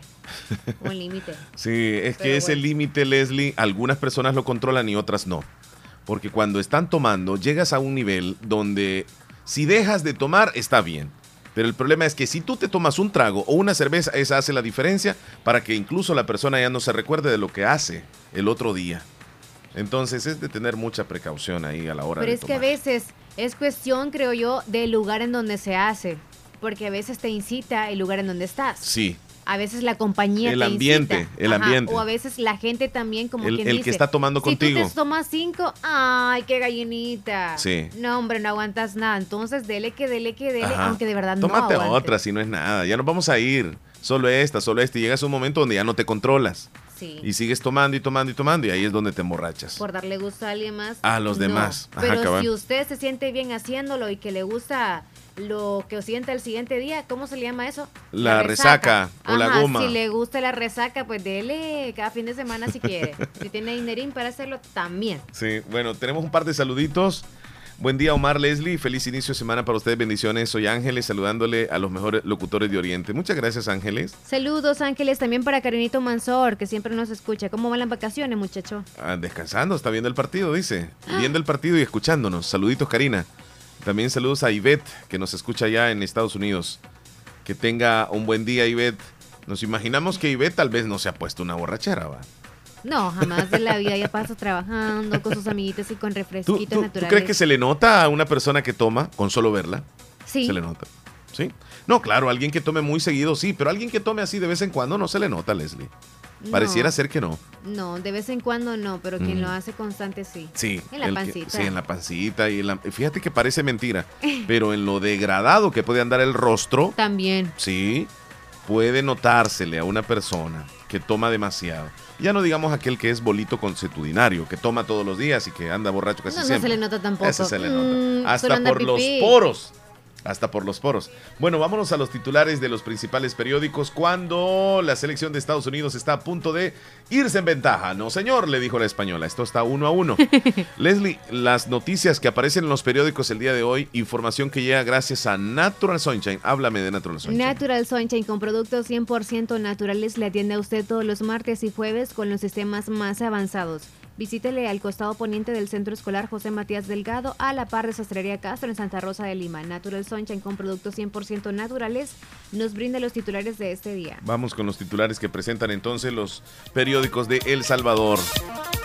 Un límite. Sí, es que Pero ese bueno. límite, Leslie, algunas personas lo controlan y otras no. Porque cuando están tomando, llegas a un nivel donde si dejas de tomar, está bien. Pero el problema es que si tú te tomas un trago o una cerveza, esa hace la diferencia para que incluso la persona ya no se recuerde de lo que hace el otro día. Entonces es de tener mucha precaución ahí a la hora Pero de es que a tomar. veces es cuestión, creo yo, del lugar en donde se hace. Porque a veces te incita el lugar en donde estás. Sí, A veces la compañía El te ambiente, incita. el ambiente. O a veces la gente también, como El- quien el que dice, está tomando si contigo. tú te tomas cinco, ¡ay, qué gallinita! Sí. No, hombre, no aguantas nada. Entonces, dele que dele que dele, Ajá. aunque de verdad no Tómate aguantes. otra si no es nada. Ya nos vamos a ir. Solo esta, solo esta. Y llegas a un momento donde ya no te controlas. Sí. Y sigues tomando y tomando y tomando. Y ahí es donde te emborrachas. Por darle gusto a alguien más. A los no. demás. Ajá, Pero cabal. si usted se siente bien haciéndolo y que le gusta lo que sienta el siguiente día, ¿cómo se le llama eso? La resaca o la Ajá, goma. Si le gusta la resaca, pues dele cada fin de semana si quiere. Si tiene dinerín para hacerlo, también. Sí, bueno, tenemos un par de saluditos. Buen día, Omar, Leslie. Feliz inicio de semana para ustedes. Bendiciones. Soy Ángeles, saludándole a los mejores locutores de Oriente. Muchas gracias, Ángeles. Saludos, Ángeles, también para Karinito Mansor, que siempre nos escucha. ¿Cómo van las vacaciones, muchacho? Ah, descansando, está viendo el partido, dice. Viendo el partido y escuchándonos. Saluditos, Karina. También saludos a Ivette, que nos escucha allá en Estados Unidos. Que tenga un buen día, Ivette. Nos imaginamos que Ivette tal vez no se ha puesto una borrachera, ¿va? No, jamás de la vida. Ya paso trabajando con sus amiguitos y con ¿Tú, refresquitos tú- tú naturales. crees que se le nota a una persona que toma con solo verla? Sí. Se le nota. ¿Sí? No, claro, alguien que tome muy seguido, sí, pero alguien que tome así de vez en cuando no se le nota, Leslie. No. Pareciera ser que no. No, de vez en cuando no, pero quien Mm. lo hace constante sí. Sí. En la el que- pancita. sí, en la pancita. Y en la- fíjate que parece mentira, pero en lo degradado que puede andar el rostro, También. sí, puede notársele a una persona que toma demasiado. Ya no digamos aquel que es bolito consuetudinario, que toma todos los días y que anda borracho casi No, no siempre. se le nota tampoco. Ese se le Mm, nota. Hasta solo anda por los pipí. poros. Hasta por los poros. Bueno, vámonos a los titulares de los principales periódicos cuando la selección de Estados Unidos está a punto de irse en ventaja. No, señor, le dijo la española. Esto está uno a uno. Leslie, las noticias que aparecen en los periódicos el día de hoy, información que llega gracias a Natural Sunshine. Háblame de Natural Sunshine. Natural Sunshine con productos cien por ciento naturales le atiende a usted todos los martes y jueves con los sistemas más avanzados. Visítele al costado poniente del Centro Escolar José Matías Delgado, a la par de Sastrería Castro en Santa Rosa de Lima. Natural Sunshine con productos cien por ciento naturales nos brinda los titulares de este día. Vamos con los titulares que presentan entonces los periódicos de El Salvador.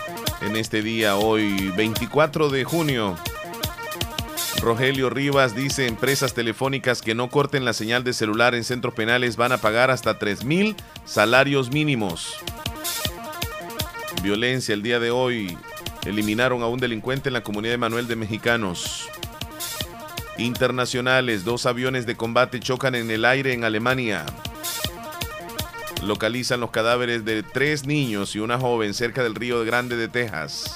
en este día, hoy veinticuatro de junio. Rogelio Rivas dice, empresas telefónicas que no corten la señal de celular en centros penales van a pagar hasta tres mil salarios mínimos. Violencia, el día de hoy eliminaron a un delincuente en la comunidad de Manuel de Mexicanos. Internacionales, dos aviones de combate chocan en el aire en Alemania. Localizan los cadáveres de tres niños y una joven cerca del Río Grande de Texas.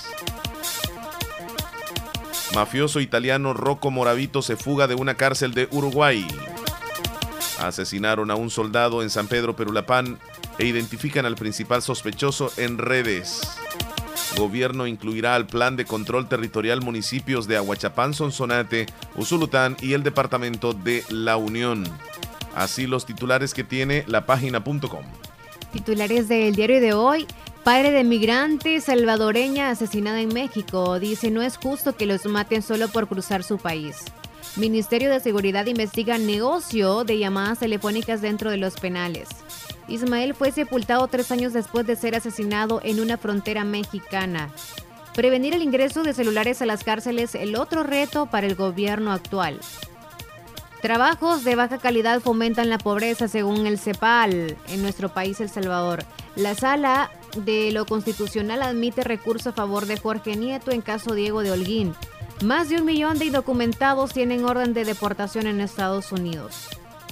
Mafioso italiano Rocco Moravito se fuga de una cárcel de Uruguay. Asesinaron a un soldado en San Pedro Perulapán e identifican al principal sospechoso en redes. Gobierno incluirá al plan de control territorial municipios de Ahuachapán, Sonsonate, Usulután y el departamento de La Unión. Así los titulares que tiene la página punto com. Titulares del diario de hoy. Padre de migrante salvadoreña asesinada en México. Dice, no es justo que los maten solo por cruzar su país. Ministerio de Seguridad investiga negocio de llamadas telefónicas dentro de los penales. Ismael fue sepultado tres años después de ser asesinado en una frontera mexicana. Prevenir el ingreso de celulares a las cárceles, el otro reto para el gobierno actual. Trabajos de baja calidad fomentan la pobreza según el CEPAL en nuestro país, El Salvador. La Sala de lo Constitucional admite recurso a favor de Jorge Nieto en caso Diego de Holguín. Más de un millón de indocumentados tienen orden de deportación en Estados Unidos.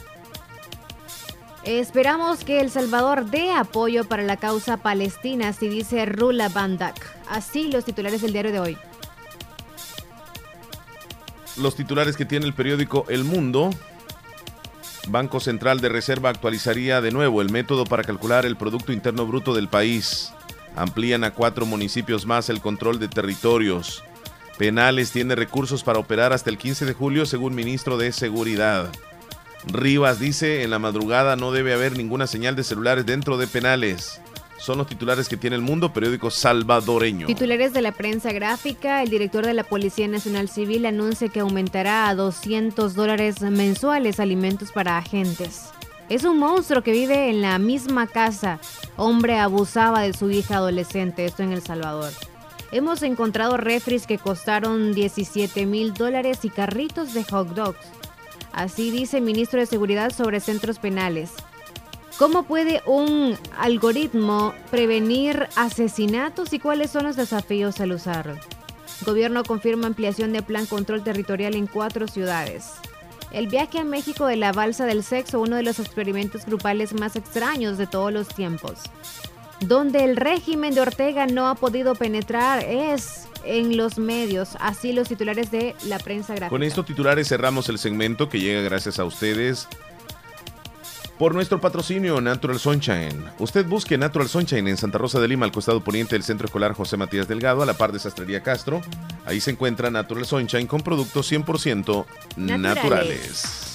Esperamos que El Salvador dé apoyo para la causa palestina, así dice Rula Bandak. Así los titulares del diario de hoy. Los titulares que tiene el periódico El Mundo. Banco Central de Reserva actualizaría de nuevo el método para calcular el Producto Interno Bruto del país. Amplían a cuatro municipios más el control de territorios. Penales tiene recursos para operar hasta el quince de julio, según ministro de Seguridad. Rivas dice, en la madrugada no debe haber ninguna señal de celulares dentro de penales. Son los titulares que tiene El Mundo, periódico salvadoreño. Titulares de la prensa gráfica. El director de la Policía Nacional Civil anuncia que aumentará a doscientos dólares mensuales alimentos para agentes. Es un monstruo que vive en la misma casa. Hombre abusaba de su hija adolescente, esto en El Salvador. Hemos encontrado refris que costaron diecisiete mil dólares y carritos de hot dogs. Así dice el ministro de Seguridad sobre centros penales. ¿Cómo puede un algoritmo prevenir asesinatos y cuáles son los desafíos al usarlo? Gobierno confirma ampliación de plan control territorial en cuatro ciudades. El viaje a México de la balsa del sexo, uno de los experimentos grupales más extraños de todos los tiempos. Donde el régimen de Ortega no ha podido penetrar es en los medios, así los titulares de la prensa gráfica. Con estos titulares cerramos el segmento que llega gracias a ustedes por nuestro patrocinio Natural Sunshine. Usted busque Natural Sunshine en Santa Rosa de Lima, al costado poniente del Centro Escolar José Matías Delgado, a la par de Sastrería Castro. Ahí se encuentra Natural Sunshine con productos cien por ciento naturales. naturales.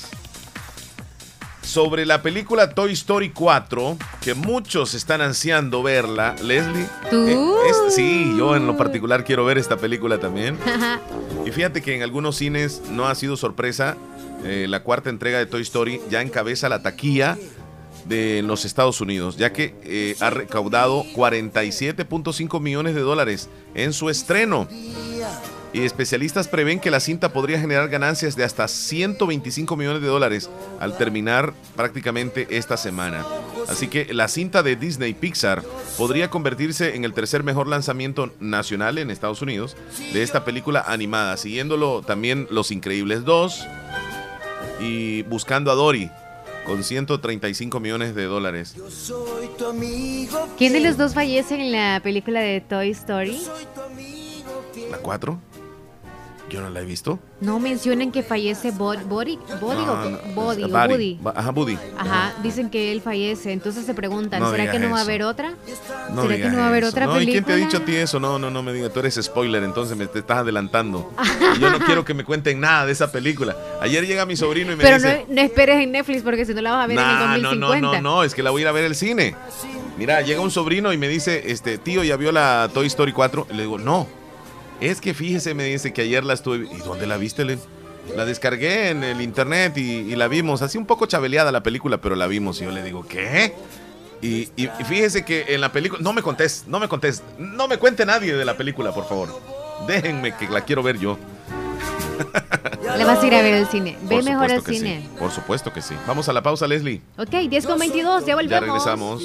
Sobre la película Toy Story cuatro, que muchos están ansiando verla, Leslie. ¿Tú? Eh, es, sí, yo en lo particular quiero ver esta película también. Y fíjate que en algunos cines no ha sido sorpresa. Eh, la cuarta entrega de Toy Story ya encabeza la taquilla de los Estados Unidos, ya que eh, ha recaudado cuarenta y siete punto cinco millones de dólares en su estreno. Y especialistas prevén que la cinta podría generar ganancias de hasta ciento veinticinco millones de dólares al terminar prácticamente esta semana. Así que la cinta de Disney Pixar podría convertirse en el tercer mejor lanzamiento nacional en Estados Unidos de esta película animada, siguiéndolo también Los Increíbles dos y Buscando a Dory, con ciento treinta y cinco millones de dólares. ¿Quién de los dos fallece en la película de Toy Story? ¿La cuatro? Yo no la he visto. No mencionen que fallece Body, Body, Body no, o no, Body, o Buddy. Woody. Ajá, Woody. Ajá, dicen que él fallece. Entonces se preguntan, No ¿será que no digas va a eso. haber otra? No ¿Será que no va a haber eso. otra No, ¿y película? quién te ha dicho a ti eso? No, no, no me digas. Tú eres spoiler, entonces me te estás adelantando. Y yo no quiero que me cuenten nada de esa película. Ayer llega mi sobrino y me Pero dice... no, no esperes en Netflix porque si no la vas a ver Nah, en el dos mil no, cincuenta. no, no, no, es que la voy a ir a ver al cine. Mira, llega un sobrino y me dice, este, tío, ¿ya vio la Toy Story cuatro? Y le digo, no. Es que fíjese, me dice que ayer la estuve... ¿Y dónde la viste, Len? La descargué en el internet y, y la vimos. Así un poco chabeleada la película, pero la vimos. Y yo le digo, ¿qué? Y, y, y fíjese que en la película, no me contés, no me contés, no me cuente nadie de la película, por favor. Déjenme que la quiero ver yo. Le vas a ir a ver el cine. Ve Por mejor el supuesto que cine. sí, por supuesto que sí. Vamos a la pausa, Leslie. Ok, diez con veintidós, ya volvemos. Ya regresamos.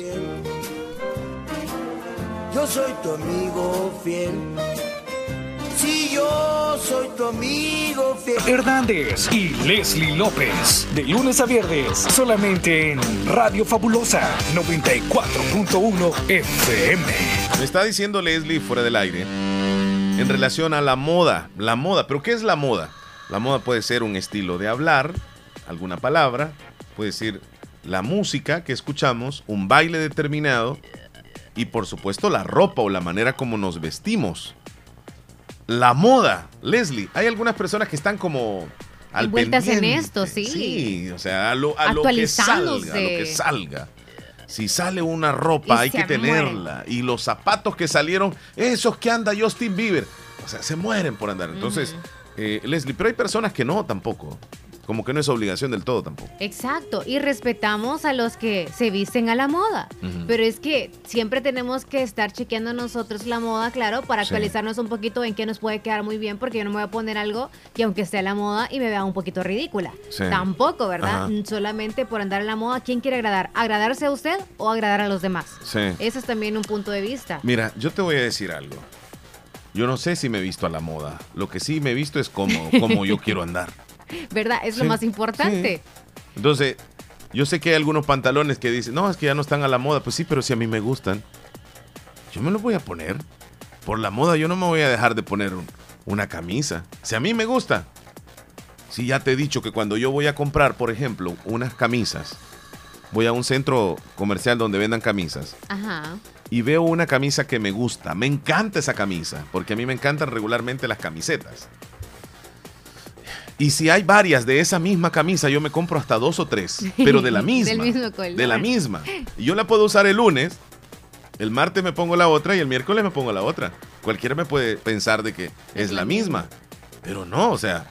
Yo soy tu amigo fiel. Si yo soy tu amigo fiel. Hernández y Leslie López. De lunes a viernes, solamente en Radio Fabulosa noventa y cuatro punto uno F M. Me está diciendo Leslie fuera del aire en relación a la moda. La moda, ¿pero qué es la moda? La moda puede ser un estilo de hablar, alguna palabra, puede ser la música que escuchamos, un baile determinado y por supuesto la ropa o la manera como nos vestimos. La moda, Leslie, hay algunas personas que están como al envueltas en pendiente. esto, sí. Sí, o sea, a lo, a lo que salga, a lo que salga. Si sale una ropa, Y hay se que tenerla. Y los zapatos que salieron, esos que anda Justin Bieber, o sea, se mueren por andar. Entonces, uh-huh. eh, Leslie, pero hay personas que no tampoco. Como que no es obligación del todo tampoco. Exacto, y respetamos a los que se visten a la moda. Uh-huh. Pero es que siempre tenemos que estar chequeando nosotros la moda, claro, para actualizarnos sí. un poquito en qué nos puede quedar muy bien, porque yo no me voy a poner algo y aunque sea la moda y me vea un poquito ridícula. Sí. Tampoco, ¿verdad? Ajá. Solamente por andar en la moda, ¿quién quiere agradar? ¿Agradarse a usted o agradar a los demás? Sí. Ese es también un punto de vista. Mira, yo te voy a decir algo. Yo no sé si me he visto a la moda. Lo que sí me he visto es como, como yo quiero andar. ¿Verdad? Es sí, lo más importante. Sí. Entonces, yo sé que hay algunos pantalones que dicen, no, es que ya no están a la moda. Pues sí, pero si a mí me gustan, yo me los voy a poner. Por la moda yo no me voy a dejar de poner un, una camisa. Si a mí me gusta. Si ya te he dicho que cuando yo voy a comprar, por ejemplo, unas camisas, voy a un centro comercial donde vendan camisas. Ajá. Y veo una camisa que me gusta. Me encanta esa camisa, porque a mí me encantan regularmente las camisetas. Y si hay varias de esa misma camisa, yo me compro hasta dos o tres, pero de la misma. Del mismo color. De la misma. Y yo la puedo usar el lunes, el martes me pongo la otra y el miércoles me pongo la otra. Cualquiera me puede pensar de que es, es la misma. misma. Pero no, o sea,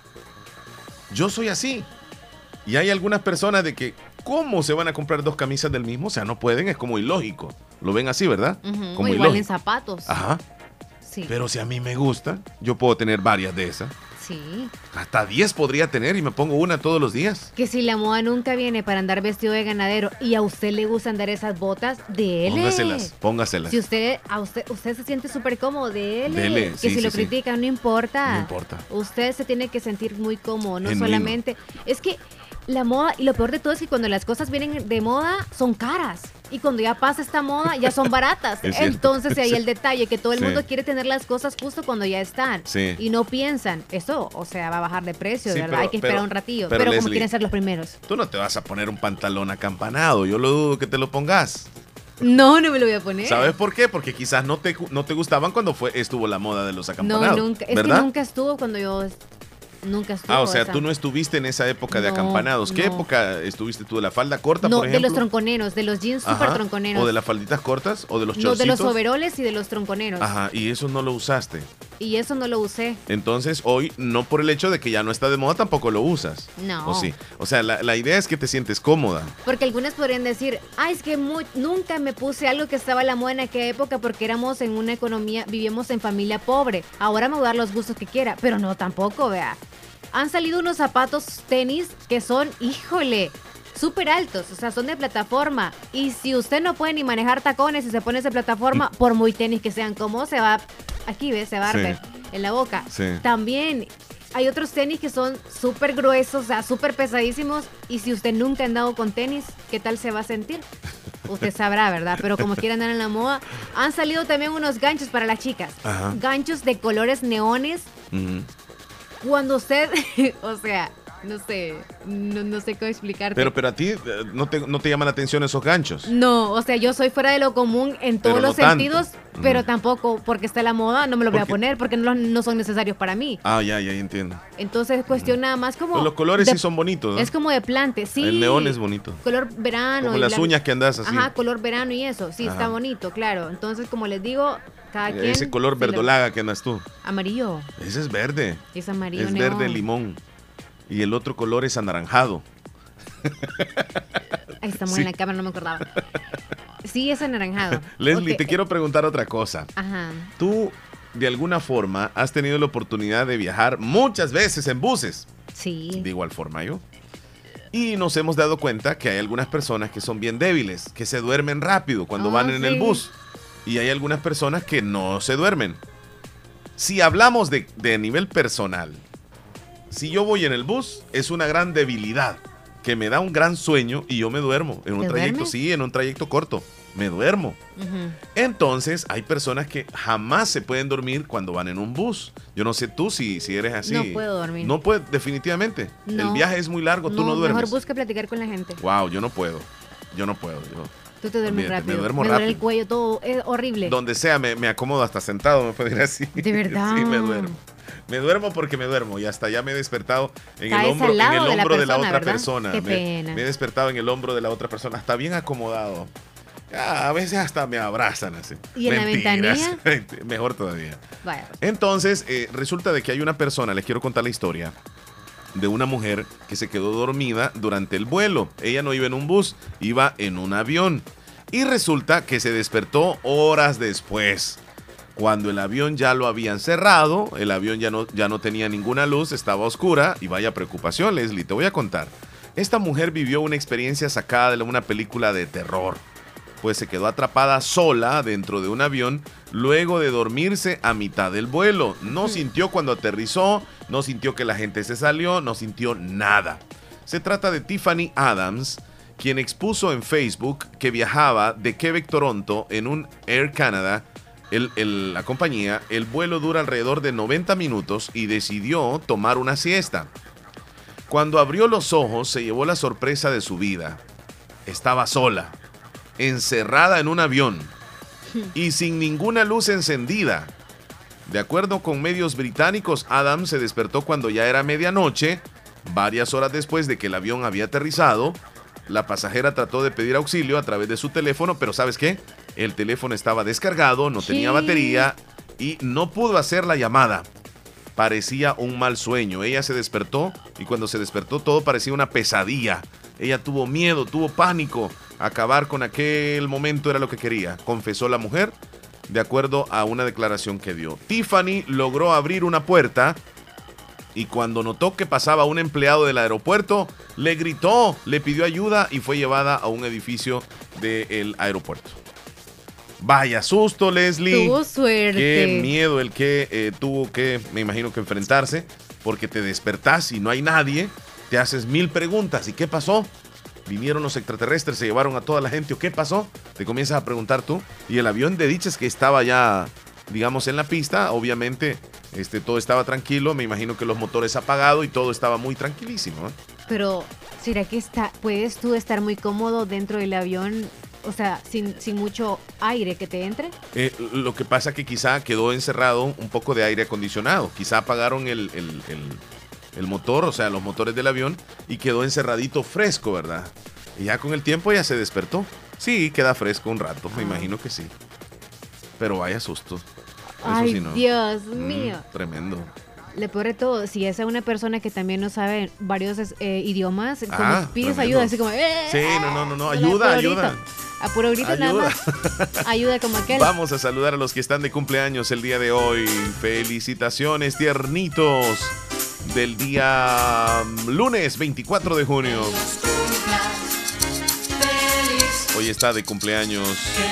yo soy así. Y hay algunas personas de que, ¿cómo se van a comprar dos camisas del mismo? O sea, no pueden, es como ilógico. Lo ven así, ¿verdad? Uh-huh. Como o igual ilógico. En zapatos. Ajá. Sí. Pero si a mí me gusta, yo puedo tener varias de esas. Sí. Hasta diez podría tener y me pongo una todos los días. Que si la moda nunca viene para andar vestido de ganadero y a usted le gusta andar esas botas, dele. Póngaselas, póngaselas. Si usted, a usted, usted se siente súper cómodo, dele. Dele. Que sí, si sí, lo sí. critican, no importa. No importa. Usted se tiene que sentir muy cómodo, no Genuino. solamente. Es que la moda, y lo peor de todo es que cuando las cosas vienen de moda, son caras. Y cuando ya pasa esta moda, ya son baratas. Entonces ahí el detalle, que todo el sí. mundo quiere tener las cosas justo cuando ya están. Sí. Y no piensan, eso, o sea, va a bajar de precio, Sí, ¿verdad? pero- Hay que esperar pero- un ratillo. pero, Pero, como Leslie, quieren ser los primeros. Tú no te vas a poner un pantalón acampanado. Yo lo dudo que te lo pongas. No, no me lo voy a poner. ¿Sabes por qué? Porque quizás no te, no te gustaban cuando fue, estuvo la moda de los No, acampanados. nunca. Es ¿verdad? que nunca estuvo cuando yo... Nunca estuvo. Ah, o sea, esa. tú no estuviste en esa época de No, acampanados. ¿Qué no. época estuviste tú? ¿De la falda corta, No, por de ejemplo? los tronconeros, de los jeans Ajá. súper tronconeros. ¿O de las falditas cortas? ¿O de los No, chorcitos? de los overoles y de los tronconeros. Ajá, y eso no lo usaste. Y eso no lo usé. Entonces, hoy, no por el hecho de que ya no está de moda, tampoco lo usas. No. ¿O sí? O sea, la, la idea es que te sientes cómoda. Porque algunas podrían decir, ay, es que muy- nunca me puse algo que estaba a la moda en aquella época porque éramos en una economía, vivíamos en familia pobre. Ahora me voy a dar los gustos que quiera. Pero no, tampoco, vea. Han salido unos zapatos tenis que son, híjole, súper altos. O sea, son de plataforma. Y si usted no puede ni manejar tacones y se pone esa plataforma, por muy tenis que sean, ¿cómo se va? Aquí, ¿ves? Se va a Sí. ver en la boca. Sí. También hay otros tenis que son súper gruesos, o sea, súper pesadísimos. Y si usted nunca ha andado con tenis, ¿qué tal se va a sentir? Usted sabrá, ¿verdad? Pero como quiera andar en la moda, han salido también unos ganchos para las chicas. Ajá. Ganchos de colores neones. Ujú. Cuando usted, o sea, no sé, no, no sé cómo explicarte. Pero, pero a ti eh, no te, no te llaman la atención esos ganchos. No, o sea, yo soy fuera de lo común en todos Pero no los tanto. sentidos, pero tampoco porque está la moda, no me lo voy a Porque- poner porque no, no son necesarios para mí. Ah, ya, ya entiendo. Entonces es cuestión nada más como... Pues los colores de- sí son bonitos, ¿no? Es como de plante, sí. El neón es bonito. Color verano. Como y las blan- uñas que andas así. Ajá, color verano y eso, sí, está Ajá. bonito, claro. Entonces, como les digo, cada quien... Ese color se lo- verdolaga que andas tú. Amarillo, Ese es verde. es amarillo Es neón. verde limón. Y el otro color es anaranjado. Ahí estamos Sí. en la cámara, no me acordaba. Sí, es anaranjado. Leslie, okay. te quiero preguntar otra cosa. Ajá. Tú, de alguna forma, has tenido la oportunidad de viajar muchas veces en buses. Sí. De igual forma yo. Y nos hemos dado cuenta que hay algunas personas que son bien débiles, que se duermen rápido cuando oh, van en sí. el bus. Y hay algunas personas que no se duermen. Si hablamos de, de nivel personal, si yo voy en el bus, es una gran debilidad, que me da un gran sueño y yo me duermo. En un trayecto, duermes? sí, en un trayecto corto, me duermo. Uh-huh. Entonces, hay personas que jamás se pueden dormir cuando van en un bus. Yo no sé tú si, si eres así. No puedo dormir. No puedo, definitivamente. No. El viaje es muy largo, tú no, no duermes. Mejor busca platicar con la gente. Wow, yo no puedo. Yo no puedo. Yo, Tú te duermes Olvídate, rápido. Me duermo me rápido. duele el cuello, todo es horrible. Donde sea, me, me acomodo hasta sentado, me puedo ir así. De verdad. Sí, me duermo. Me duermo porque me duermo y hasta ya me he despertado en Caes el hombro, al lado en el de la hombro de la, persona, otra ¿verdad? persona. Qué me, pena. me he despertado en el hombro de la otra persona, hasta bien acomodado. A veces hasta me abrazan así. ¿Y en Mentiras. la ventanilla? Mejor todavía. Vaya. Entonces, eh, resulta de que hay una persona, les quiero contar la historia, de una mujer que se quedó dormida durante el vuelo. Ella no iba en un bus, iba en un avión. Y resulta que se despertó horas después. Cuando el avión ya lo habían cerrado, el avión ya no, ya no tenía ninguna luz, estaba oscura. Y vaya preocupación, Leslie, te voy a contar. Esta mujer vivió una experiencia sacada de una película de terror. Pues se quedó atrapada sola dentro de un avión luego de dormirse a mitad del vuelo. No sintió cuando aterrizó, no sintió que la gente se salió, no sintió nada. Se trata de Tiffany Adams, quien expuso en Facebook que viajaba de Quebec, Toronto en un Air Canada, el, el, la compañía. El vuelo dura alrededor de noventa minutos y decidió tomar una siesta. Cuando abrió los ojos se llevó la sorpresa de su vida. Estaba sola, encerrada en un avión y sin ninguna luz encendida. De acuerdo con medios británicos, Adams se despertó cuando ya era medianoche, varias horas después de que el avión había aterrizado. La pasajera trató de pedir auxilio a través de su teléfono, pero ¿sabes qué? El teléfono estaba descargado, no tenía batería y no pudo hacer la llamada. Parecía un mal sueño. Ella se despertó y cuando se despertó todo parecía una pesadilla. Ella tuvo miedo, tuvo pánico. Acabar con aquel momento era lo que quería, confesó la mujer, de acuerdo a una declaración que dio. Tiffany logró abrir una puerta y cuando notó que pasaba un empleado del aeropuerto, le gritó, le pidió ayuda y fue llevada a un edificio del aeropuerto. Vaya susto, Leslie. Tuvo suerte. Qué miedo el que eh, tuvo que, me imagino que enfrentarse, porque te despertás y no hay nadie, te haces mil preguntas. ¿Y qué pasó? Vinieron los extraterrestres, se llevaron a toda la gente, ¿o qué pasó? Te comienzas a preguntar tú. Y el avión de dichas que estaba ya, digamos, en la pista, obviamente este, todo estaba tranquilo, me imagino que los motores apagados y todo estaba muy tranquilísimo, ¿eh? Pero, ¿será que está, puedes tú estar muy cómodo dentro del avión? O sea, sin, sin mucho aire que te entre. Eh, lo que pasa que quizá quedó encerrado un poco de aire acondicionado. Quizá apagaron el, el, el, el motor, o sea, los motores del avión, y quedó encerradito fresco, ¿verdad? Y ya con el tiempo ya se despertó. Sí, queda fresco un rato, me imagino que sí. Pero vaya susto. Eso Ay, sí, ¿no? Dios Mm, mío. Tremendo. Le peor de todo, si es a una persona que también no sabe varios eh, idiomas, como Ah, pides tremendo. ayuda, así como... Eh, Sí, no, no, no, no. de la Ayuda, puro ayuda. grito. A puro grito nada Ayuda. más. Ayuda como aquel. Vamos a saludar a los que están de cumpleaños el día de hoy. Felicitaciones, tiernitos, del día mm, lunes veinticuatro de junio. Hoy está de cumpleaños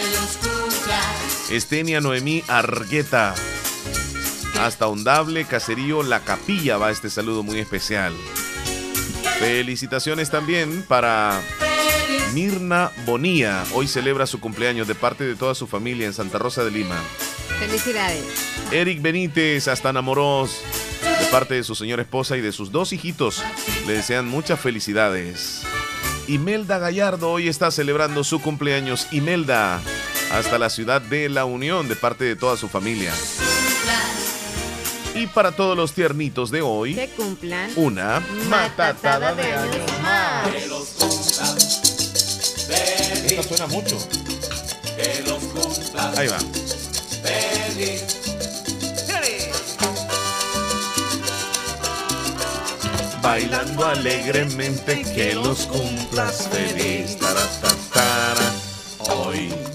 Estenia Noemí Argueta. Hasta Ondable, Caserío, La Capilla va este saludo muy especial. Felicitaciones también para Mirna Bonilla. Hoy celebra su cumpleaños de parte de toda su familia en Santa Rosa de Lima. Felicidades. Eric Benítez, hasta Namoros, de parte de su señora esposa y de sus dos hijitos, le desean muchas felicidades. Imelda Gallardo hoy está celebrando su cumpleaños. Imelda, hasta la ciudad de La Unión, de parte de toda su familia. Y para todos los tiernitos de hoy, que cumplan una matatada de años más. Esta suena mucho. Ahí va. Bailando alegremente, que los cumplas feliz. Tara, tara, tara. Hoy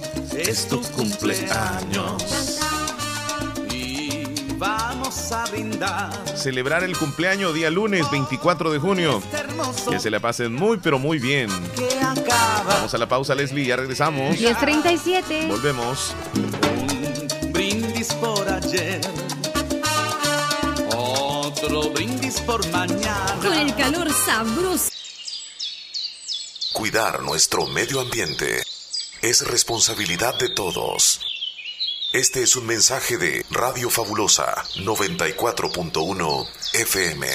es tu cumpleaños. Vamos a brindar. Celebrar el cumpleaños día lunes veinticuatro de junio. Que se la pasen muy pero muy bien. Vamos a la pausa, Leslie, ya regresamos. diez treinta y siete. Volvemos. Un brindis por ayer. Otro brindis por mañana. Con el calor sabroso. Cuidar nuestro medio ambiente es responsabilidad de todos. Este es un mensaje de Radio Fabulosa noventa y cuatro punto uno F M.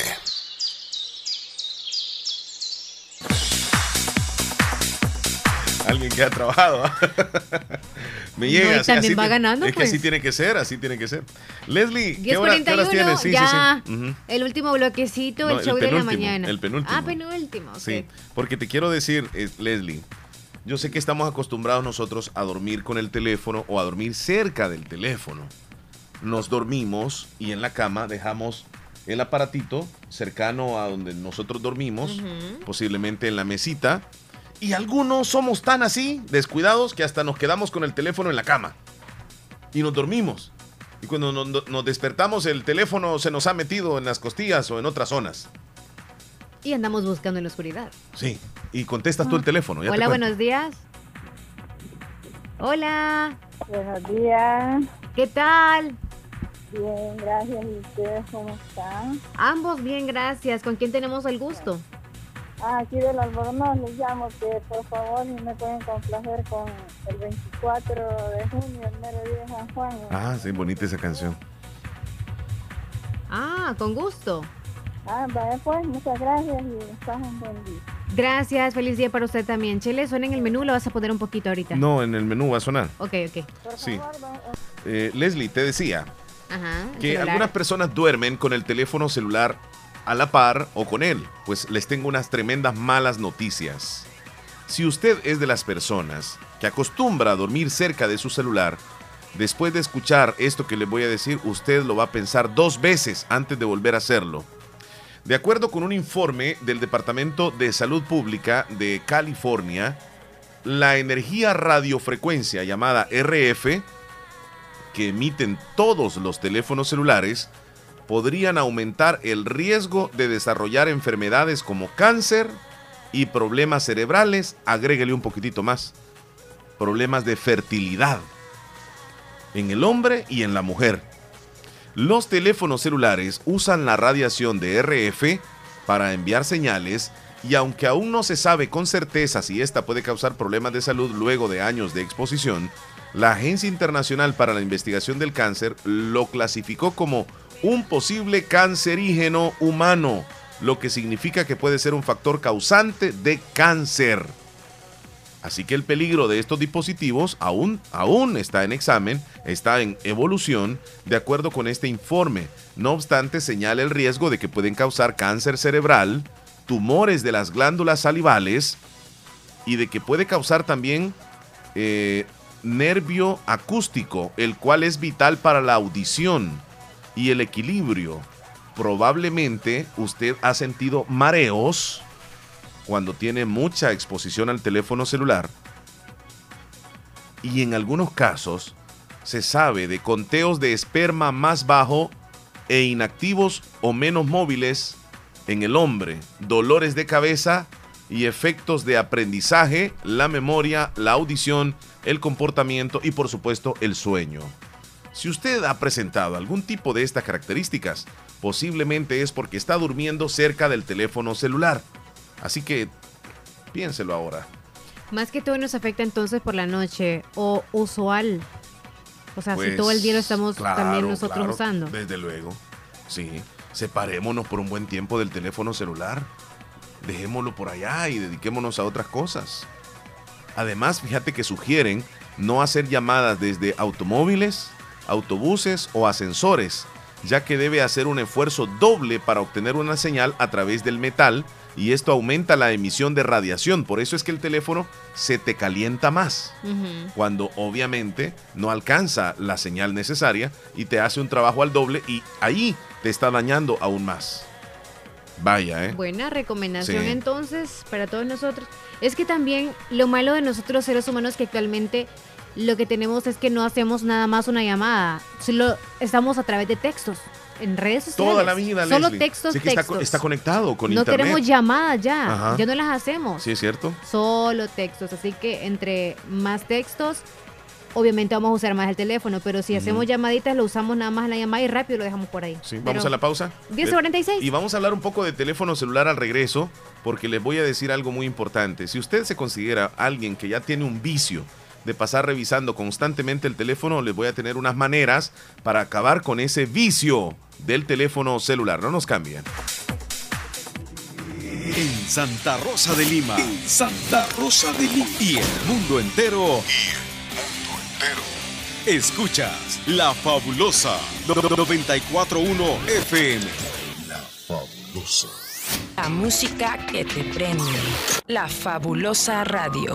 Alguien que ha trabajado. Me llega. No, y también va ganando, es pues. que así tiene que ser, así tiene que ser. Leslie, ¿qué, diez hora, cuarenta y uno, ¿qué horas tienes? Sí, ya. sí, sí. Uh-huh. El último bloquecito, No, el show el de la penúltimo, mañana. el penúltimo. Ah, penúltimo. Sí, ok. porque te quiero decir, eh, Leslie, yo sé que estamos acostumbrados nosotros a dormir con el teléfono o a dormir cerca del teléfono. Nos dormimos y en la cama dejamos el aparatito cercano a donde nosotros dormimos, uh-huh. posiblemente en la mesita. Y algunos somos tan así, descuidados, que hasta nos quedamos con el teléfono en la cama. Y nos dormimos. Y cuando nos, nos despertamos, el teléfono se nos ha metido en las costillas o en otras zonas. Y andamos buscando en la oscuridad. Sí, y contestas tú el teléfono. Ya Hola, te buenos días. Hola. Buenos días. ¿Qué tal? Bien, gracias. ¿Y ustedes cómo están? Ambos bien, gracias. ¿Con quién tenemos el gusto? Ah, aquí del Albornoz les llamo que por favor si me pueden complacer con el veinticuatro de junio, el mero día de San Juan. Ah, sí, bonita esa canción. Ah, con gusto. Ah, vale pues, muchas gracias y pasen buen día. Gracias, feliz día para usted también. Chele, suena en el menú, lo vas a poner un poquito ahorita. No, en el menú va a sonar. Ok, ok. Por Sí. favor, Eh, Leslie, te decía Ajá, que celular. algunas personas duermen con el teléfono celular a la par o con él. Pues les tengo unas tremendas malas noticias. Si usted es de las personas que acostumbra a dormir cerca de su celular, después de escuchar esto que les voy a decir, usted lo va a pensar dos veces antes de volver a hacerlo. De acuerdo con un informe del Departamento de Salud Pública de California, la energía radiofrecuencia llamada R F, que emiten todos los teléfonos celulares, podrían aumentar el riesgo de desarrollar enfermedades como cáncer y problemas cerebrales, agréguele un poquitito más, problemas de fertilidad en el hombre y en la mujer. Los teléfonos celulares usan la radiación de R F para enviar señales y aunque aún no se sabe con certeza si esta puede causar problemas de salud luego de años de exposición, la Agencia Internacional para la Investigación del Cáncer lo clasificó como un posible cancerígeno humano, lo que significa que puede ser un factor causante de cáncer. Así que el peligro de estos dispositivos aún, aún está en examen, está en evolución, de acuerdo con este informe. No obstante, señala el riesgo de que pueden causar cáncer cerebral, tumores de las glándulas salivales y de que puede causar también eh, nervio acústico, el cual es vital para la audición y el equilibrio. Probablemente usted ha sentido mareos cuando tiene mucha exposición al teléfono celular y en algunos casos se sabe de conteos de esperma más bajo e inactivos o menos móviles en el hombre, dolores de cabeza y efectos de aprendizaje, la memoria, la audición, el comportamiento y por supuesto el sueño. Si usted ha presentado algún tipo de estas características, posiblemente es porque está durmiendo cerca del teléfono celular. Así que piénselo ahora. Más que todo nos afecta entonces por la noche o usual. O sea, Pues, si todo el día lo estamos claro, también nosotros claro, usando. Desde luego, sí. Separémonos por un buen tiempo del teléfono celular. Dejémoslo por allá y dediquémonos a otras cosas. Además, fíjate que sugieren no hacer llamadas desde automóviles, autobuses o ascensores, ya que debe hacer un esfuerzo doble para obtener una señal a través del metal y esto aumenta la emisión de radiación. Por eso es que el teléfono se te calienta más, Ujú. cuando obviamente no alcanza la señal necesaria y te hace un trabajo al doble y ahí te está dañando aún más. Vaya, ¿eh? Buena recomendación Sí. entonces para todos nosotros. Es que también lo malo de nosotros seres humanos que actualmente Lo que tenemos es que no hacemos nada más una llamada, solo estamos a través de textos. En redes sociales. Toda la vida, Solo Leslie. textos, Sí que textos. Está, está conectado con no internet. No queremos llamadas ya. Ajá. Ya no las hacemos. Sí, es cierto. Solo textos. Así que entre más textos, obviamente vamos a usar más el teléfono. Pero si Ujú. hacemos llamaditas, lo usamos nada más en la llamada y rápido lo dejamos por ahí. Sí, Pero vamos a la pausa. diez cuarenta y seis. Y vamos a hablar un poco de teléfono celular al regreso, porque les voy a decir algo muy importante. Si usted se considera alguien que ya tiene un vicio de pasar revisando constantemente el teléfono, les voy a tener unas maneras para acabar con ese vicio del teléfono celular. No nos cambien. En Santa Rosa de Lima. En Santa Rosa de Lima. Y el mundo entero. Y el mundo entero. Escuchas La Fabulosa noventa y cuatro punto uno F M. La Fabulosa. La música que te prende. La Fabulosa Radio.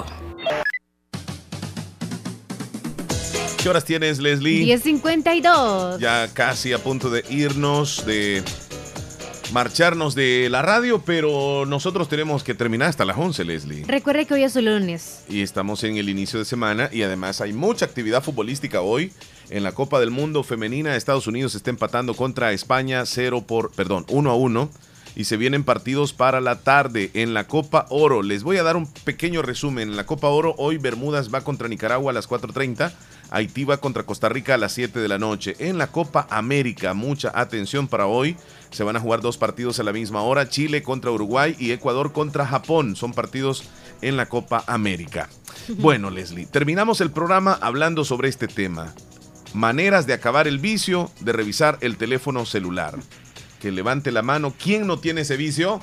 ¿Qué horas tienes, Leslie? diez cincuenta y dos. Ya casi a punto de irnos, de marcharnos de la radio, pero nosotros tenemos que terminar hasta las once, Leslie. Recuerde que hoy es su lunes. Y estamos en el inicio de semana y además hay mucha actividad futbolística hoy. En la Copa del Mundo Femenina, Estados Unidos está empatando contra España cero por, perdón, uno a uno. Y se vienen partidos para la tarde en la Copa Oro. Les voy a dar un pequeño resumen. En la Copa Oro, hoy Bermudas va contra Nicaragua a las cuatro treinta. Haití va contra Costa Rica a las siete de la noche. En la Copa América, mucha atención para hoy. Se van a jugar dos partidos a la misma hora. Chile contra Uruguay y Ecuador contra Japón. Son partidos en la Copa América. Bueno, Leslie, terminamos el programa hablando sobre este tema. Maneras de acabar el vicio de revisar el teléfono celular. Que levante la mano. ¿Quién no tiene ese vicio?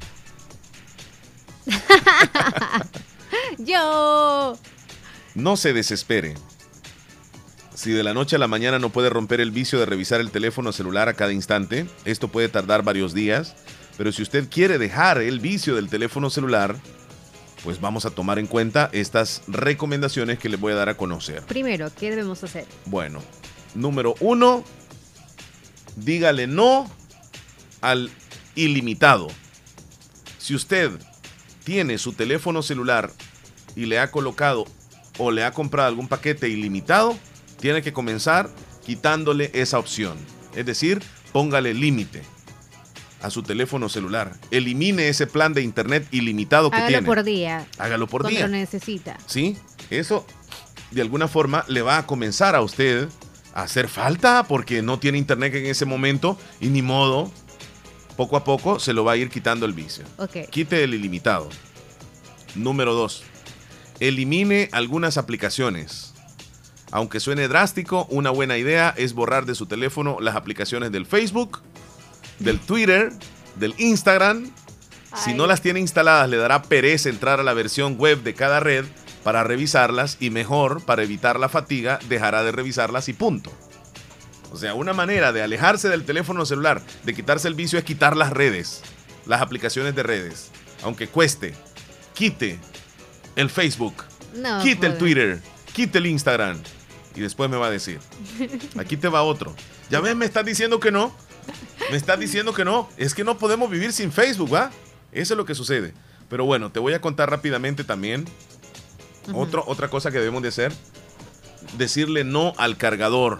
Yo. No se desespere. Si de la noche a la mañana no puede romper el vicio de revisar el teléfono celular a cada instante, esto puede tardar varios días, pero si usted quiere dejar el vicio del teléfono celular, pues vamos a tomar en cuenta estas recomendaciones que les voy a dar a conocer. Primero, ¿qué debemos hacer? Bueno, número uno, dígale no al ilimitado. Si usted tiene su teléfono celular y le ha colocado o le ha comprado algún paquete ilimitado, tiene que comenzar quitándole esa opción. Es decir, póngale límite a su teléfono celular. Elimine ese plan de internet ilimitado que Hágalo tiene. por día. Hágalo por cuando día. lo necesita. ¿Sí? Eso de alguna forma le va a comenzar a usted a hacer falta porque no tiene internet en ese momento y ni modo. Poco a poco se lo va a ir quitando el vicio. Ok. Quite el ilimitado. Número dos. Elimine algunas aplicaciones. Aunque suene drástico, una buena idea es borrar de su teléfono las aplicaciones del Facebook, del Twitter, del Instagram. Si no las tiene instaladas, le dará pereza entrar a la versión web de cada red para revisarlas y mejor, para evitar la fatiga, dejará de revisarlas y punto. O sea, una manera de alejarse del teléfono celular, de quitarse el vicio, es quitar las redes, las aplicaciones de redes. Aunque cueste, quite el Facebook, No, quite el joder. Twitter, quite el Instagram. Y después me va a decir, aquí te va otro. Ya ves, me estás diciendo que no. Me estás diciendo que no. Es que no podemos vivir sin Facebook, ¿va? Eso es lo que sucede. Pero bueno, te voy a contar rápidamente también Ujú. otro, otra cosa que debemos de hacer. Decirle no al cargador.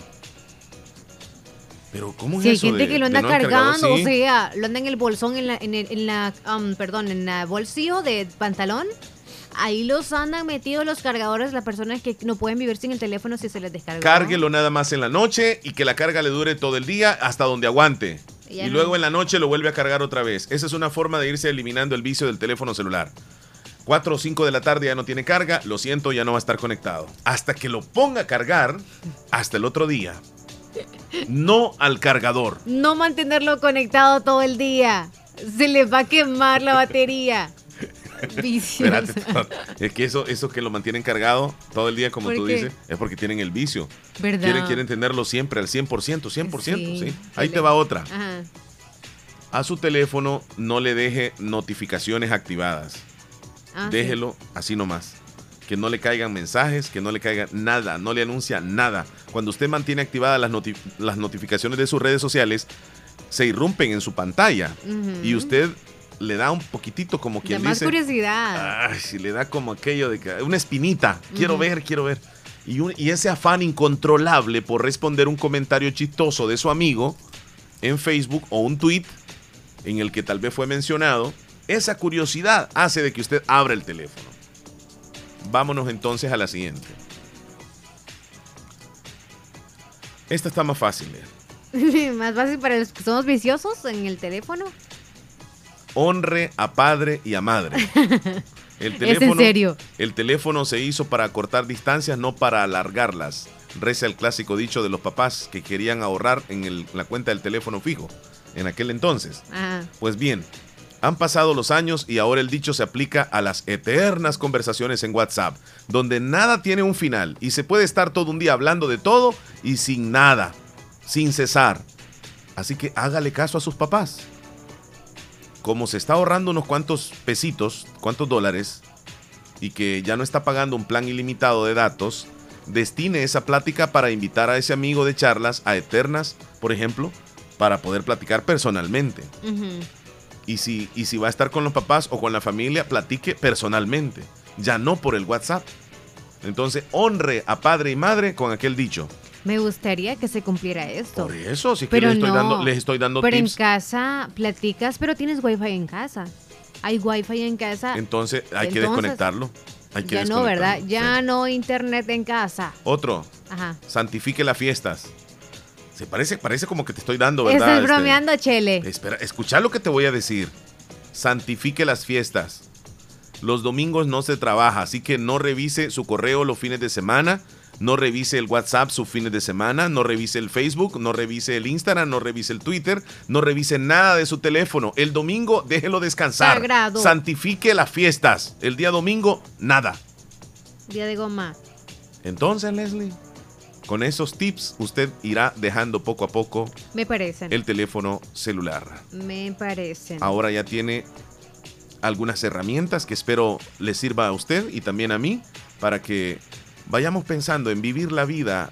Pero ¿cómo es Si hay eso gente de- que lo de anda no al cargador? cargando, Sí. o sea, lo anda en el bolsón, en la, en el, en la um, perdón, en el bolsillo de pantalón. Ahí los andan metidos los cargadores, las personas que no pueden vivir sin el teléfono si se les descarga. Cárguelo nada más en la noche y que la carga le dure todo el día hasta donde aguante. Ya Y no. luego en la noche lo vuelve a cargar otra vez. Esa es una forma de irse eliminando el vicio del teléfono celular. cuatro o cinco de la tarde ya no tiene carga, lo siento, ya no va a estar conectado. Hasta que lo ponga a cargar, hasta el otro día. No al cargador. No mantenerlo conectado todo el día. Se les va a quemar la batería. Vicioso. Espérate, es que eso, eso que lo mantienen cargado todo el día, como ¿Por tú qué? dices, es porque tienen el vicio. ¿Verdad? Quieren, quieren tenerlo siempre al cien por ciento, cien por ciento, Sí, ¿sí? Ahí se te le- va otra. Ajá. A su teléfono no le deje notificaciones activadas. Ah, sí. Déjelo así nomás. Que no le caigan mensajes, que no le caiga nada, no le anuncia nada. Cuando usted mantiene activadas las, noti- las notificaciones de sus redes sociales, se irrumpen en su pantalla. Ujú. Y usted le da un poquitito como De quien más dice... curiosidad. Ay, si le da como aquello de que una espinita. Quiero Ujú. ver, quiero ver. y, un, y ese afán incontrolable por responder un comentario chistoso de su amigo en Facebook o un tweet en el que tal vez fue mencionado, esa curiosidad hace de que usted abra el teléfono. Vámonos entonces a la siguiente. Esta está más fácil. ¿eh? Más fácil para los que somos viciosos en el teléfono. Honre a padre y a madre. El teléfono, ¿Es en serio? El teléfono se hizo para cortar distancias, no para alargarlas. Reza el clásico dicho de los papás que querían ahorrar en el, la cuenta del teléfono fijo en aquel entonces. Ajá. Pues bien, han pasado los años y ahora el dicho se aplica a las eternas conversaciones en WhatsApp, donde nada tiene un final y se puede estar todo un día hablando de todo y sin nada, sin cesar. Así que hágale caso a sus papás. Como se está ahorrando unos cuantos pesitos, cuantos dólares, y que ya no está pagando un plan ilimitado de datos, destine esa plática para invitar a ese amigo de charlas a eternas, por ejemplo, para poder platicar personalmente. Uh-huh. Y si, y si va a estar con los papás o con la familia, platique personalmente, ya no por el WhatsApp. Entonces, honre a padre y madre con aquel dicho. Me gustaría que se cumpliera esto. Por eso, sí que pero les estoy no, dando, les estoy dando pero tips. en casa platicas, pero tienes wifi en casa. Hay wifi en casa. Entonces, hay Entonces, que desconectarlo. Hay que ya no, ¿verdad? desconectarlo, Ya sí. no internet en casa. Otro, Ajá. santifique las fiestas. Se parece, parece como que te estoy dando, ¿verdad? Estás bromeando, Chele. Espera, escucha lo que te voy a decir. Santifique las fiestas. Los domingos no se trabaja, así que no revise su correo los fines de semana, no revise el WhatsApp sus fines de semana, no revise el Facebook, no revise el Instagram, no revise el Twitter, no revise nada de su teléfono. El domingo déjelo descansar. Sagrado. Santifique las fiestas. El día domingo, nada. Día de goma. Entonces, Leslie, con esos tips usted irá dejando poco a poco Me parecen. el teléfono celular. Me parecen. Ahora ya tiene algunas herramientas que espero le sirva a usted y también a mí para que vayamos pensando en vivir la vida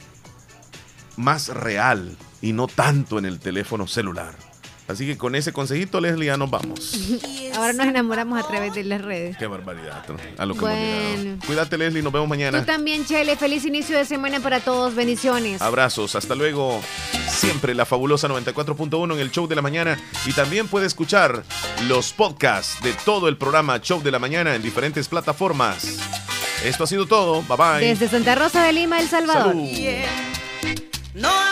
más real y no tanto en el teléfono celular. Así que con ese consejito, Leslie, ya nos vamos. Ahora nos enamoramos a través de las redes. Qué barbaridad, ¿no? A lo que Bueno. hemos llegado. Cuídate, Leslie, nos vemos mañana. Tú también, Chele. Feliz inicio de semana para todos. Bendiciones. Abrazos, hasta luego. Siempre la fabulosa noventa y cuatro punto uno en el Show de la Mañana. Y también puede escuchar los podcasts de todo el programa Show de la Mañana en diferentes plataformas. Esto ha sido todo. Bye bye. Desde Santa Rosa de Lima, El Salvador. Salud. No